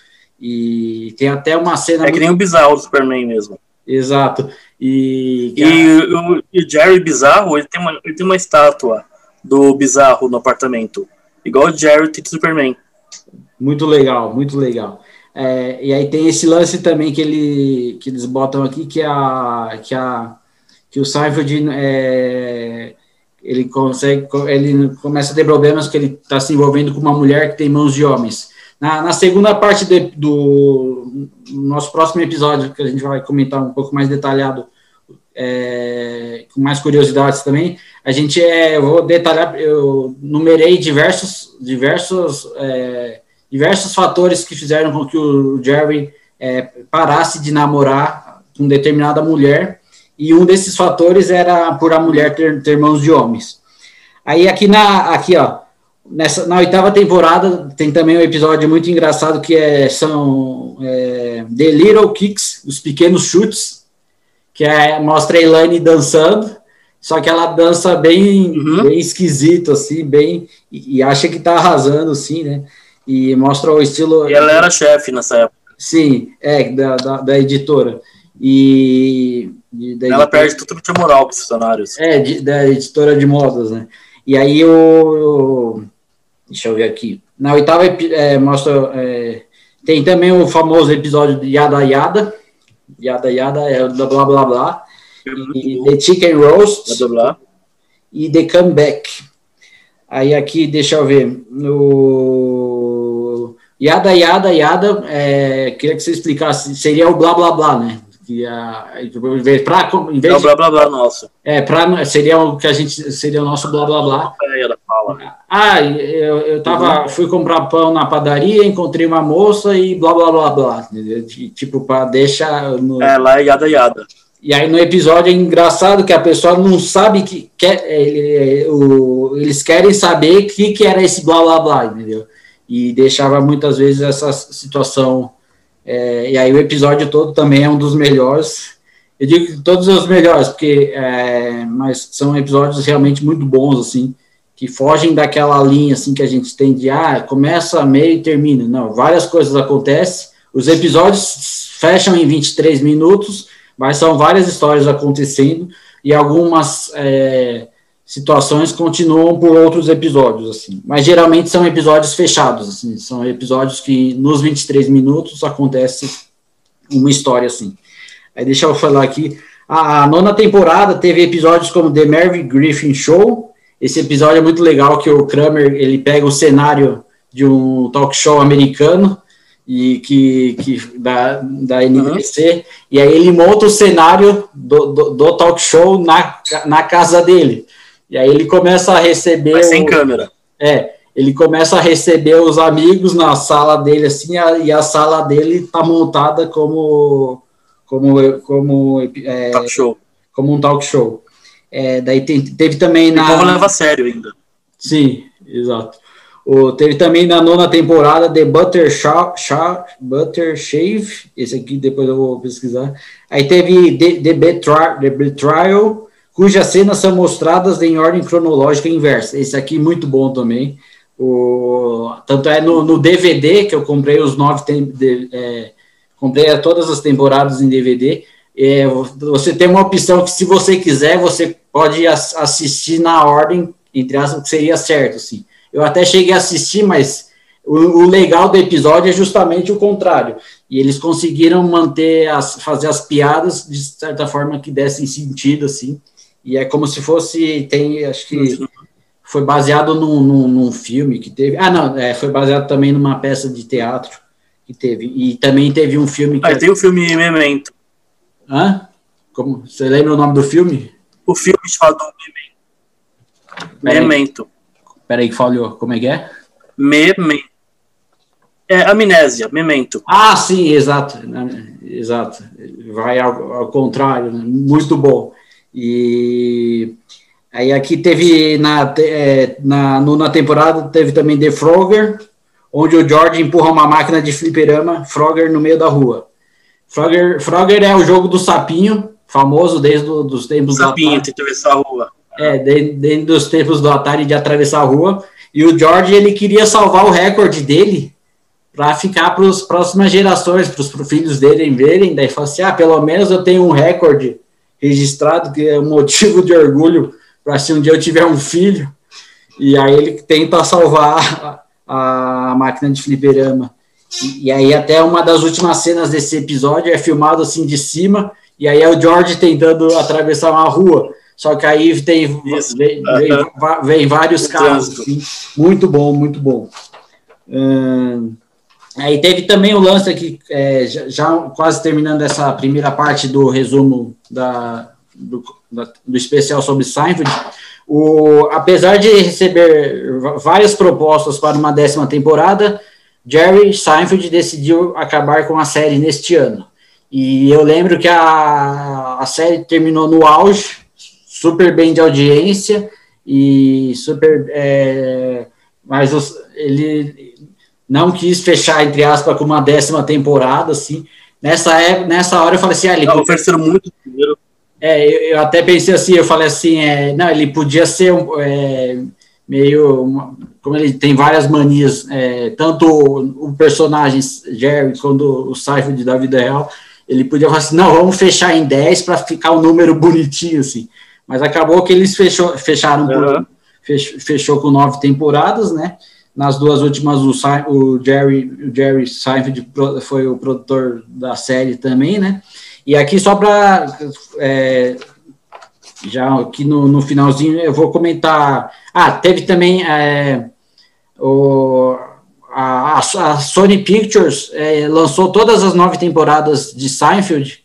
E tem até uma cena... É muito... que nem o Bizarro do Superman mesmo. Exato. E, e, a... o, e o Jerry Bizarro, ele tem, uma, ele tem uma estátua do Bizarro no apartamento. Igual o Jerry tem do Superman. Muito legal, muito legal. É, e aí tem esse lance também que, ele, que eles botam aqui, que a, que a, que o Seinfeld é, ele consegue, ele começa a ter problemas que ele está se envolvendo com uma mulher que tem mãos de homens. Na, na segunda parte de, do nosso próximo episódio, que a gente vai comentar um pouco mais detalhado, é, com mais curiosidades também, a gente é, eu vou detalhar, eu numerei diversos, diversos, é, diversos fatores que fizeram com que o Jerry é, parasse de namorar com determinada mulher, e um desses fatores era por a mulher ter, ter mãos de homens. Aí aqui, na, aqui ó, nessa, na oitava temporada tem também um episódio muito engraçado que é, são é, The Little Kicks, os pequenos chutes, que é, mostra a Elaine dançando, só que ela dança bem, uhum. bem esquisito, assim, bem, e, e acha que tá arrasando, assim, né, e mostra o estilo... E ela era chefe nessa época. Sim, é, da, da, da editora, e... e da ela editora, perde tudo de moral para os funcionários. É, de, da editora de modas, né, e aí o... Deixa eu ver aqui, na oitava é, mostra... É, tem também o famoso episódio de Yada Yada, Yada Yada é o blá blá blá, e The Chicken Roast blá, blá, blá. E The Comeback. Aí aqui, deixa eu ver, no Yada Yada Yada, é, queria que você explicasse, seria o blá blá blá, né? Que a, pra, em vez é o blá blá blá nosso. É, pra, seria o que a gente, seria o nosso blá blá blá. Ah, eu, eu tava, uhum. fui comprar pão na padaria, encontrei uma moça e blá blá blá blá. Tipo, para deixar. No... É, lá é yada yada. E aí no episódio é engraçado que a pessoa não sabe que quer, ele, o, eles querem saber o que, que era esse blá blá blá, entendeu? E deixava muitas vezes essa situação. É, e aí o episódio todo também é um dos melhores. Eu digo que todos os melhores, porque é, mas são episódios realmente muito bons, assim, que fogem daquela linha assim que a gente tem de ah, começa, meio e termina. Não, várias coisas acontecem. Os episódios fecham em vinte e três minutos, mas são várias histórias acontecendo e algumas é, situações continuam por outros episódios, assim. Mas geralmente são episódios fechados, assim, são episódios que nos vinte e três minutos acontece uma história assim. Aí deixa eu falar aqui. A, a nona temporada teve episódios como The Merv Griffin Show. Esse episódio é muito legal, que o Kramer, ele pega o cenário de um talk show americano e que, que da, da N B C, uhum. e aí ele monta o cenário do, do, do talk show na, na casa dele. E aí ele começa a receber... Mas sem o, câmera. É, ele começa a receber os amigos na sala dele, assim, a, e a sala dele tá montada como... como, como, é, talk show. como um talk show. É, daí tem, teve também na... Vamos levar a sério ainda. Sim, exato. O, teve também na nona temporada The Butter, Sha, Sha, Butter Shave, esse aqui depois eu vou pesquisar. Aí teve The, The, Betra, The Betrayal, cujas cenas são mostradas em ordem cronológica inversa. Esse aqui muito bom também. O, tanto é no, no D V D, que eu comprei os nove... Tem, de, é, comprei todas as temporadas em D V D. É, você tem uma opção que, se você quiser, você pode as, assistir na ordem, entre aspas, que seria certo, assim. Eu até cheguei a assistir, mas o, o legal do episódio é justamente o contrário. E eles conseguiram manter, as, fazer as piadas de certa forma que dessem sentido, assim. E é como se fosse, tem, acho que foi baseado num, num, num filme que teve. Ah, não, é, foi baseado também numa peça de teatro que teve. E também teve um filme que... Ah, tem o filme Memento. Hã? Como? Você lembra o nome do filme? O filme chamado Memento. Memento. Peraí que falhou. Como é que é? Memento. É amnésia, Memento. Ah, sim, exato. Exato. Vai ao, ao contrário, né? Muito bom. E aí aqui teve, na, é, na nona temporada, teve também The Frogger, onde o George empurra uma máquina de fliperama, Frogger, no meio da rua. Frogger, Frogger é o jogo do sapinho, famoso desde os tempos sapinho, do Atari. Sapinho, de atravessar a rua. É, desde, desde os tempos do Atari de atravessar a rua. E o George, ele queria salvar o recorde dele para ficar para as próximas gerações, para os filhos dele verem. Daí falou assim, ah, pelo menos eu tenho um recorde registrado, que é um motivo de orgulho para se um dia eu tiver um filho. E aí ele tenta salvar a, a máquina de fliperama. E, e aí até uma das últimas cenas desse episódio é filmado assim de cima, e aí é o George tentando atravessar uma rua, só que aí tem, vem, vem, vem vários carros, assim, muito bom, muito bom. Hum, aí teve também o lance aqui, é, já, já quase terminando essa primeira parte do resumo da, do, da, do especial sobre Seinfeld. O, apesar de receber várias propostas para uma décima temporada, Jerry Seinfeld decidiu acabar com a série neste ano. E eu lembro que a, a série terminou no auge, super bem de audiência, e super... É, mas os, ele não quis fechar, entre aspas, com uma décima temporada, assim. Nessa, época, nessa hora eu falei assim... Ah, ele não, ofereceram muito dinheiro. É, eu, eu até pensei assim, eu falei assim, é, não, ele podia ser é, meio, uma, como ele tem várias manias, é, tanto o, o personagem Jerry quanto o Seinfeld da vida real, ele podia falar assim, não, vamos fechar em dez para ficar um número bonitinho, assim, mas acabou que eles fechou, fecharam, por, uhum. fech, fechou com nove temporadas, né, nas duas últimas o, o, Jerry, o Jerry Seinfeld foi o produtor da série também, né. E aqui só para, é, já aqui no, no finalzinho, eu vou comentar, ah, teve também é, o, a, a Sony Pictures é, lançou todas as nove temporadas de Seinfeld,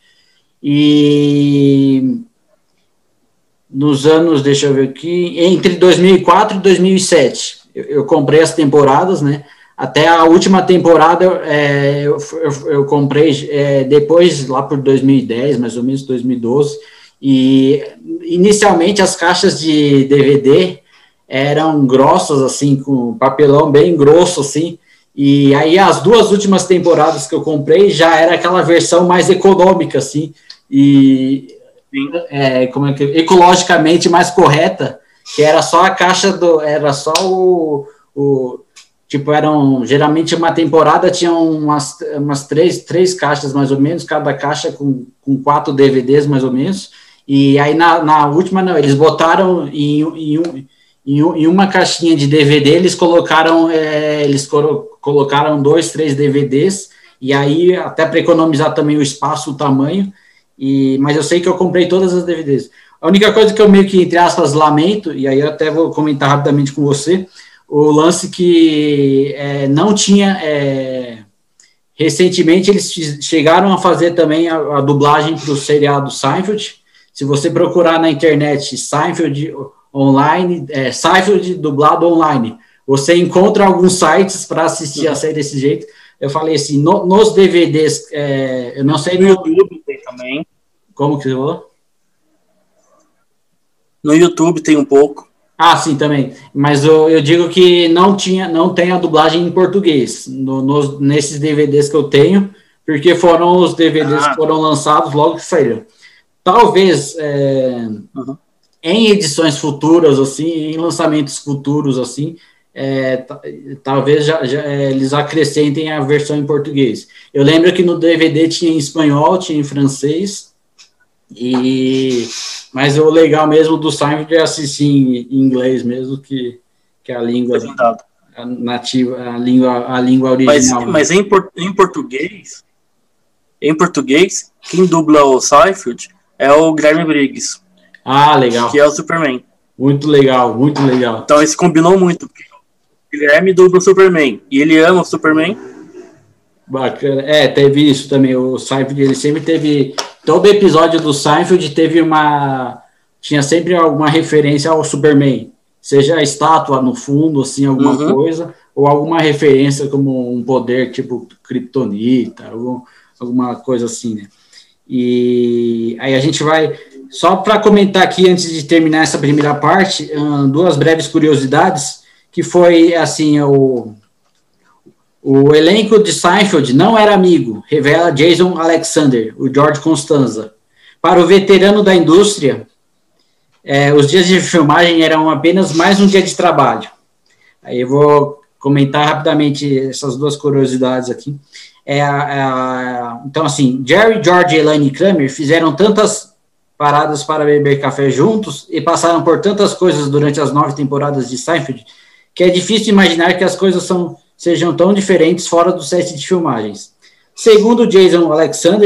e nos anos, deixa eu ver aqui, entre dois mil e quatro e dois mil e sete, eu, eu comprei as temporadas, né, até a última temporada é, eu, eu, eu comprei é, depois, lá por dois mil e dez, mais ou menos, dois mil e doze, e inicialmente as caixas de D V D eram grossas, assim, com papelão bem grosso, assim, e aí as duas últimas temporadas que eu comprei já era aquela versão mais econômica, assim, e é, como é que, ecologicamente mais correta, que era só a caixa do, era só o, o tipo, eram, geralmente uma temporada tinha umas, umas três, três caixas mais ou menos, cada caixa com, com quatro D V Ds mais ou menos, e aí na, na última não, eles botaram em, em, um, em, um, em uma caixinha de D V D, eles colocaram, é, eles colo, colocaram dois, três D V Ds, e aí até para economizar também o espaço, o tamanho, e, mas eu sei que eu comprei todas as D V Ds. A única coisa que eu meio que, entre aspas, lamento, e aí eu até vou comentar rapidamente com você, o lance que é, não tinha, é, recentemente eles chegaram a fazer também a, a dublagem para o seriado Seinfeld. Se você procurar na internet Seinfeld online, é, Seinfeld dublado online, você encontra alguns sites para assistir uhum. a série desse jeito. Eu falei assim, no, nos D V Ds, é, eu não sei... No YouTube tem também. Como que você falou? No YouTube tem um pouco. Ah, sim, também. Mas eu, eu digo que não tinha, não tem a dublagem em português no, nos, nesses D V Ds que eu tenho, porque foram os D V Ds ah. que foram lançados logo que saíram. Talvez é, uhum. em edições futuras, assim, em lançamentos futuros, assim, é, t- talvez já, já, é, eles acrescentem a versão em português. Eu lembro que no D V D tinha em espanhol, tinha em francês, e, mas o legal mesmo do Seinfeld é assistir em, em inglês mesmo, que, que é a língua a nativa, a língua, a língua original. Mas, mas em, por, em português, em português, quem dubla o Seinfeld é o Guilherme Briggs. Ah, legal. Que é o Superman. Muito legal, muito legal. Então isso combinou muito, porque o Guilherme dubla o Superman, e ele ama o Superman. Bacana. É, teve isso também, o Seinfeld, ele sempre teve... Todo episódio do Seinfeld teve uma... Tinha sempre alguma referência ao Superman. Seja a estátua no fundo, assim, alguma uhum. coisa, ou alguma referência como um poder tipo Kryptonita, algum, alguma coisa assim, né? E aí a gente vai... Só para comentar aqui, antes de terminar essa primeira parte, duas breves curiosidades, que foi, assim, o... O elenco de Seinfeld não era amigo, revela Jason Alexander, o George Costanza. Para o veterano da indústria, é, os dias de filmagem eram apenas mais um dia de trabalho. Aí eu vou comentar rapidamente essas duas curiosidades aqui. É, é, então, assim, Jerry, George e Elaine Kramer fizeram tantas paradas para beber café juntos e passaram por tantas coisas durante as nove temporadas de Seinfeld que é difícil imaginar que as coisas são... sejam tão diferentes fora do set de filmagens. Segundo Jason Alexander,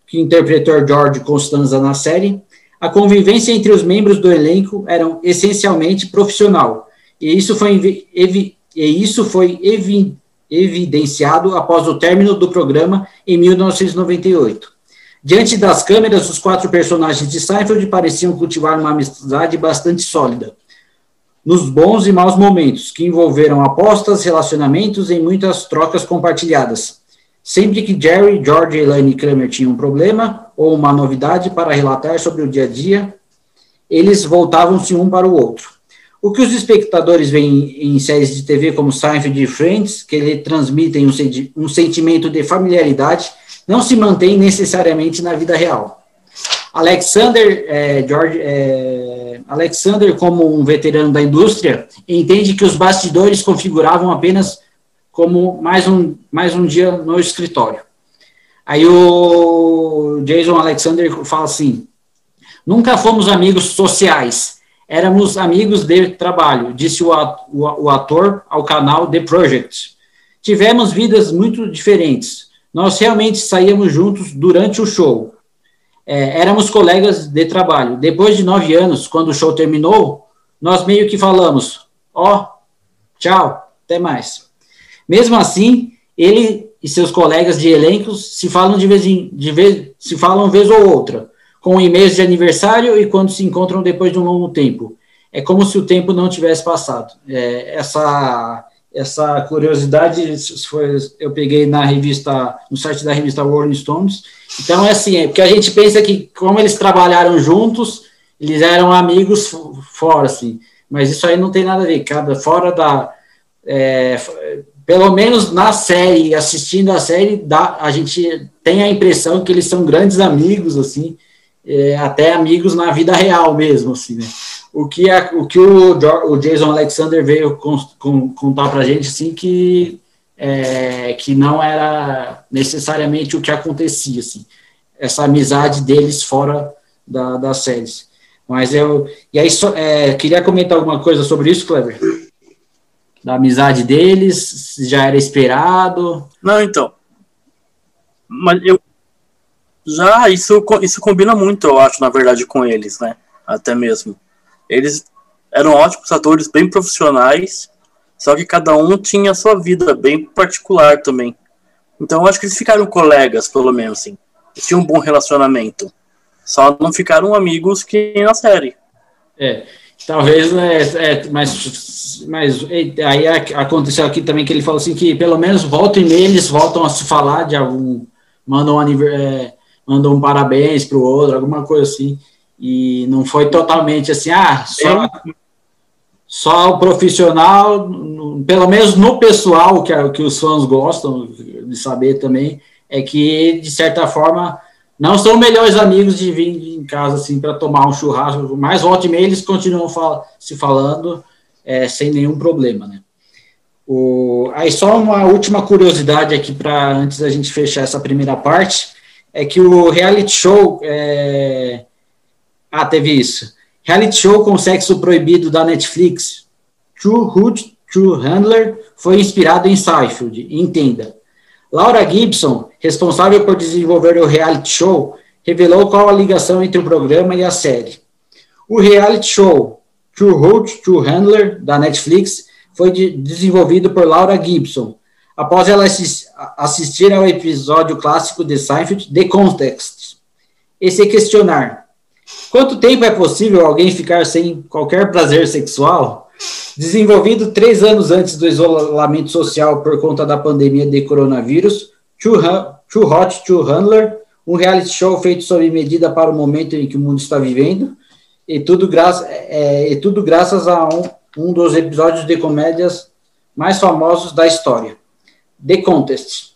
que interpretou George Costanza na série, a convivência entre os membros do elenco era essencialmente profissional, e isso foi, evi, e isso foi evi, evidenciado após o término do programa em mil novecentos e noventa e oito. Diante das câmeras, os quatro personagens de Seinfeld pareciam cultivar uma amizade bastante sólida, nos bons e maus momentos, que envolveram apostas, relacionamentos e muitas trocas compartilhadas. Sempre que Jerry, George, Elaine e Kramer tinham um problema ou uma novidade para relatar sobre o dia a dia, eles voltavam-se um para o outro. O que os espectadores veem em séries de T V como Seinfeld e Friends, que lhe transmitem um, senti- um sentimento de familiaridade, não se mantém necessariamente na vida real. Alexander, é, George, é, Alexander, como um veterano da indústria, entende que os bastidores configuravam apenas como mais um, mais um dia no escritório. Aí o Jason Alexander fala assim: nunca fomos amigos sociais, éramos amigos de trabalho, disse o ator ao canal The Project. Tivemos vidas muito diferentes, nós realmente saíamos juntos durante o show. É, éramos colegas de trabalho. Depois de nove anos, quando o show terminou, nós meio que falamos, ó, oh, tchau, até mais. Mesmo assim, ele e seus colegas de elencos se falam de vez em, de vez, se falam vez ou outra, com e-mails de aniversário e quando se encontram depois de um longo tempo. É como se o tempo não tivesse passado. É, essa, essa curiosidade foi, eu peguei na revista, no site da revista Rolling Stones. Então, é assim, é porque a gente pensa que, como eles trabalharam juntos, eles eram amigos fora, assim. Mas isso aí não tem nada a ver. Cada, fora da... É, pelo menos na série, assistindo a série, dá, a gente tem a impressão que eles são grandes amigos, assim, é, até amigos na vida real mesmo, assim, né? O que, a, o, que o, o Jason Alexander veio com, com, contar pra gente, assim, que, é, que não era necessariamente o que acontecia, assim, essa amizade deles fora da, das séries. Mas eu... E aí, só, é, queria comentar alguma coisa sobre isso, Kleber? Da amizade deles, já era esperado? Não, então. Mas eu. Já, isso, isso combina muito, eu acho, na verdade, com eles, né? Até mesmo. Eles eram ótimos atores, bem profissionais, só que cada um tinha a sua vida bem particular também. Então, eu acho que eles ficaram colegas, pelo menos, assim. Eles tinham um bom relacionamento. Só não ficaram amigos que na série. É. Talvez, é, é, mas, mas aí aconteceu aqui também que ele falou assim que pelo menos volta e meia eles voltam a se falar de algum, mandam um, é, mandam um parabéns para o outro, alguma coisa assim, e não foi totalmente assim, ah, só, só o profissional, no, pelo menos no pessoal, que, que os fãs gostam de saber também, é que, de certa forma, não são melhores amigos de vir em casa, assim, para tomar um churrasco, mas volta e meia eles continuam fal- se falando é, sem nenhum problema, né? O, aí só uma última curiosidade aqui, para antes da gente fechar essa primeira parte, é que o reality show, é... ah, teve isso, reality show com sexo proibido da Netflix, True Hood, True Handler, foi inspirado em Seinfeld, entenda. Laura Gibson, responsável por desenvolver o reality show, revelou qual a ligação entre o programa e a série. O reality show True Hood, True Handler, da Netflix, foi de, desenvolvido por Laura Gibson, após ela assis, assistir ao episódio clássico de Seinfeld, The Context, e se questionar: quanto tempo é possível alguém ficar sem qualquer prazer sexual? Desenvolvido três anos antes do isolamento social por conta da pandemia de coronavírus, True, True Hot, True Handler, um reality show feito sob medida para o momento em que o mundo está vivendo, e tudo, graça, é, e tudo graças a um, um dos episódios de comédias mais famosos da história, The Contest.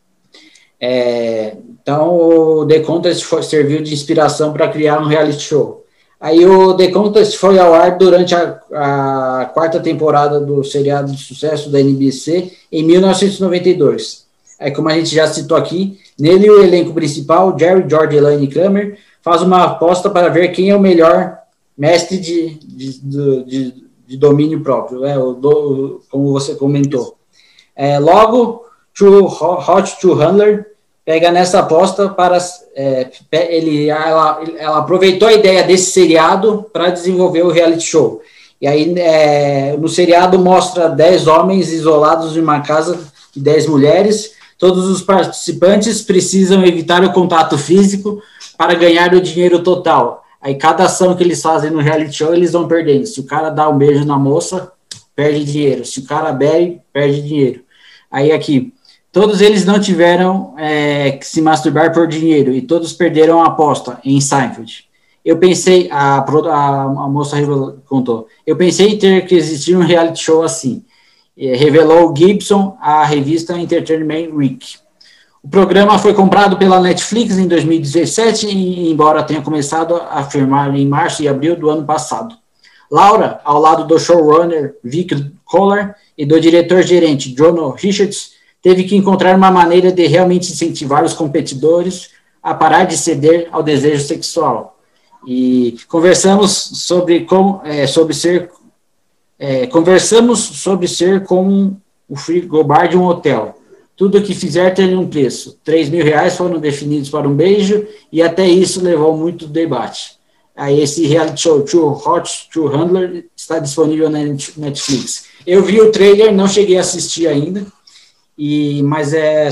É, então, o The Contest foi, serviu de inspiração para criar um reality show. Aí o The Contest foi ao ar durante a, a quarta temporada do seriado de sucesso da N B C em mil novecentos e noventa e dois. Aí, como a gente já citou aqui, nele o elenco principal, Jerry, George, Elaine e Kramer, faz uma aposta para ver quem é o melhor mestre de, de, de, de, de domínio próprio, é, o do, como você comentou. É, logo, True Hot, True Handler pega nessa aposta para é, ele, ela, ela aproveitou a ideia desse seriado para desenvolver o reality show. E aí é, no seriado mostra dez homens isolados em uma casa de dez mulheres. Todos os participantes precisam evitar o contato físico para ganhar o dinheiro total. Aí cada ação que eles fazem no reality show, eles vão perdendo. Se o cara dá um beijo na moça, perde dinheiro. Se o cara bebe, perde dinheiro. Aí aqui, todos eles não tiveram é, que se masturbar por dinheiro e todos perderam a aposta em Seinfeld. Eu pensei, a, a, a moça contou, eu pensei em ter que existir um reality show assim. É, revelou Gibson à revista Entertainment Week. O programa foi comprado pela Netflix em dois mil e dezessete, e, embora tenha começado a filmar em março e abril do ano passado. Laura, ao lado do showrunner Vic Kohler e do diretor-gerente John Richards, teve que encontrar uma maneira de realmente incentivar os competidores a parar de ceder ao desejo sexual. E conversamos sobre como é, sobre ser é, conversamos sobre ser como o frigobar de um hotel. Tudo que fizer tem um preço. três mil reais foram definidos para um beijo e até isso levou muito debate. Aí esse reality show Too Hot to Handle está disponível na Netflix. Eu vi o trailer, não cheguei a assistir ainda, e mas é,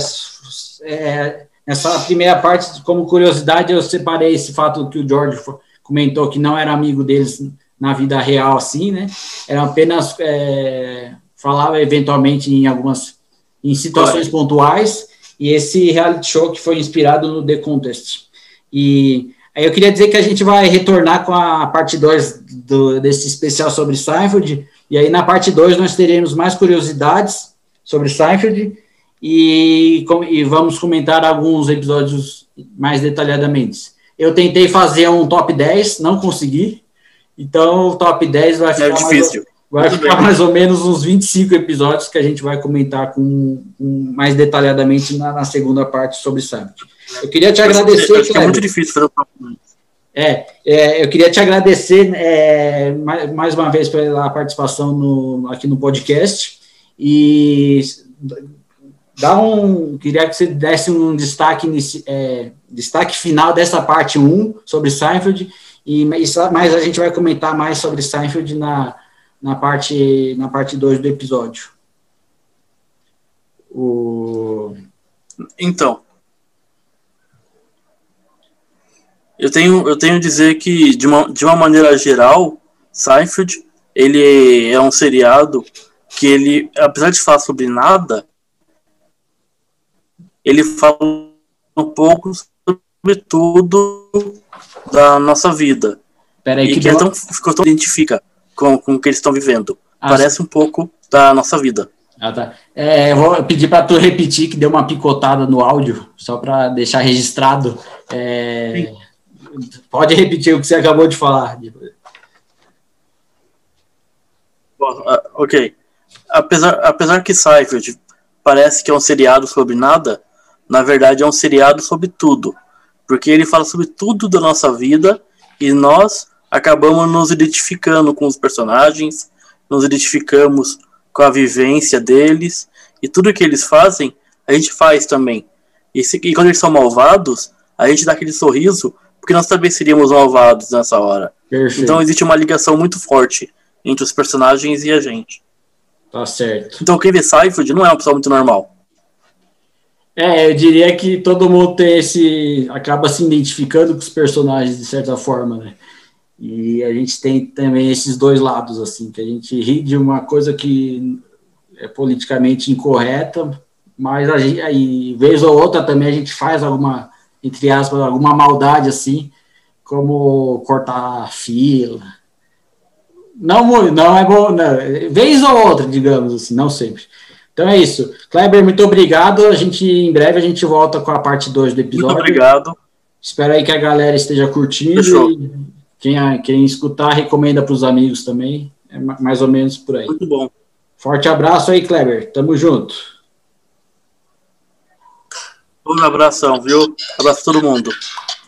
é nessa primeira parte, como curiosidade, eu separei esse fato que o George comentou, que não era amigo deles na vida real, assim, né? Era apenas, é, falava eventualmente em algumas, em situações pontuais, e esse reality show que foi inspirado no The Contest. E aí eu queria dizer que a gente vai retornar com a parte dois do, desse especial sobre Seinfeld, e aí na parte dois nós teremos mais curiosidades sobre Seinfeld, E, e vamos comentar alguns episódios mais detalhadamente. Eu tentei fazer um top dez, não consegui, então o top dez vai ficar, é difícil. mais, vai ficar mais ou menos uns vinte e cinco episódios que a gente vai comentar com, com mais detalhadamente na, na segunda parte sobre Seinfeld. Eu queria te agradecer. Acho que é muito difícil fazer o top dez. É, é, eu queria te agradecer é, mais, mais uma vez pela participação no, aqui no podcast, e dá um, queria que você desse um destaque, é, destaque final dessa parte um sobre Seinfeld, e, mas a gente vai comentar mais sobre Seinfeld na, na parte na parte dois do episódio. O... Então, eu tenho, eu tenho a dizer que, de uma, de uma maneira geral, Seinfeld, ele é um seriado que ele, apesar de falar sobre nada, ele fala um pouco sobre tudo da nossa vida. Peraí, e que, que é tão, ficou tão identifica com, com o que eles estão vivendo. Ah, Parece sim. um pouco da nossa vida. Ah, tá. É, eu vou pedir para tu repetir, que deu uma picotada no áudio, só para deixar registrado. É, pode repetir o que você acabou de falar. Uh, ok. Apesar, apesar que Seinfeld parece que é um seriado sobre nada, na verdade é um seriado sobre tudo, porque ele fala sobre tudo da nossa vida e nós acabamos nos identificando com os personagens, nos identificamos com a vivência deles, e tudo que eles fazem, a gente faz também. E, se, e quando eles são malvados, a gente dá aquele sorriso, porque nós também seríamos malvados nessa hora. Perfeito. Então existe uma ligação muito forte entre os personagens e a gente. Tá certo. Então quem vê Seinfeld não é uma pessoa muito normal. É, eu diria que todo mundo tem esse... acaba se identificando com os personagens, de certa forma, né? E a gente tem também esses dois lados, assim, que a gente ri de uma coisa que é politicamente incorreta, mas a gente, aí, vez ou outra também a gente faz alguma, entre aspas, alguma maldade, assim, como cortar a fila. Não, não é bom, não, vez ou outra, digamos assim, não sempre. Então é isso. Kleber, muito obrigado. A gente, em breve, a gente volta com a parte dois do episódio. Muito obrigado. Espero aí que a galera esteja curtindo. Fechou. E quem, quem escutar, recomenda para os amigos também. É mais ou menos por aí. Muito bom. Forte abraço aí, Kleber. Tamo junto. Um abração, viu? Abraço a todo mundo.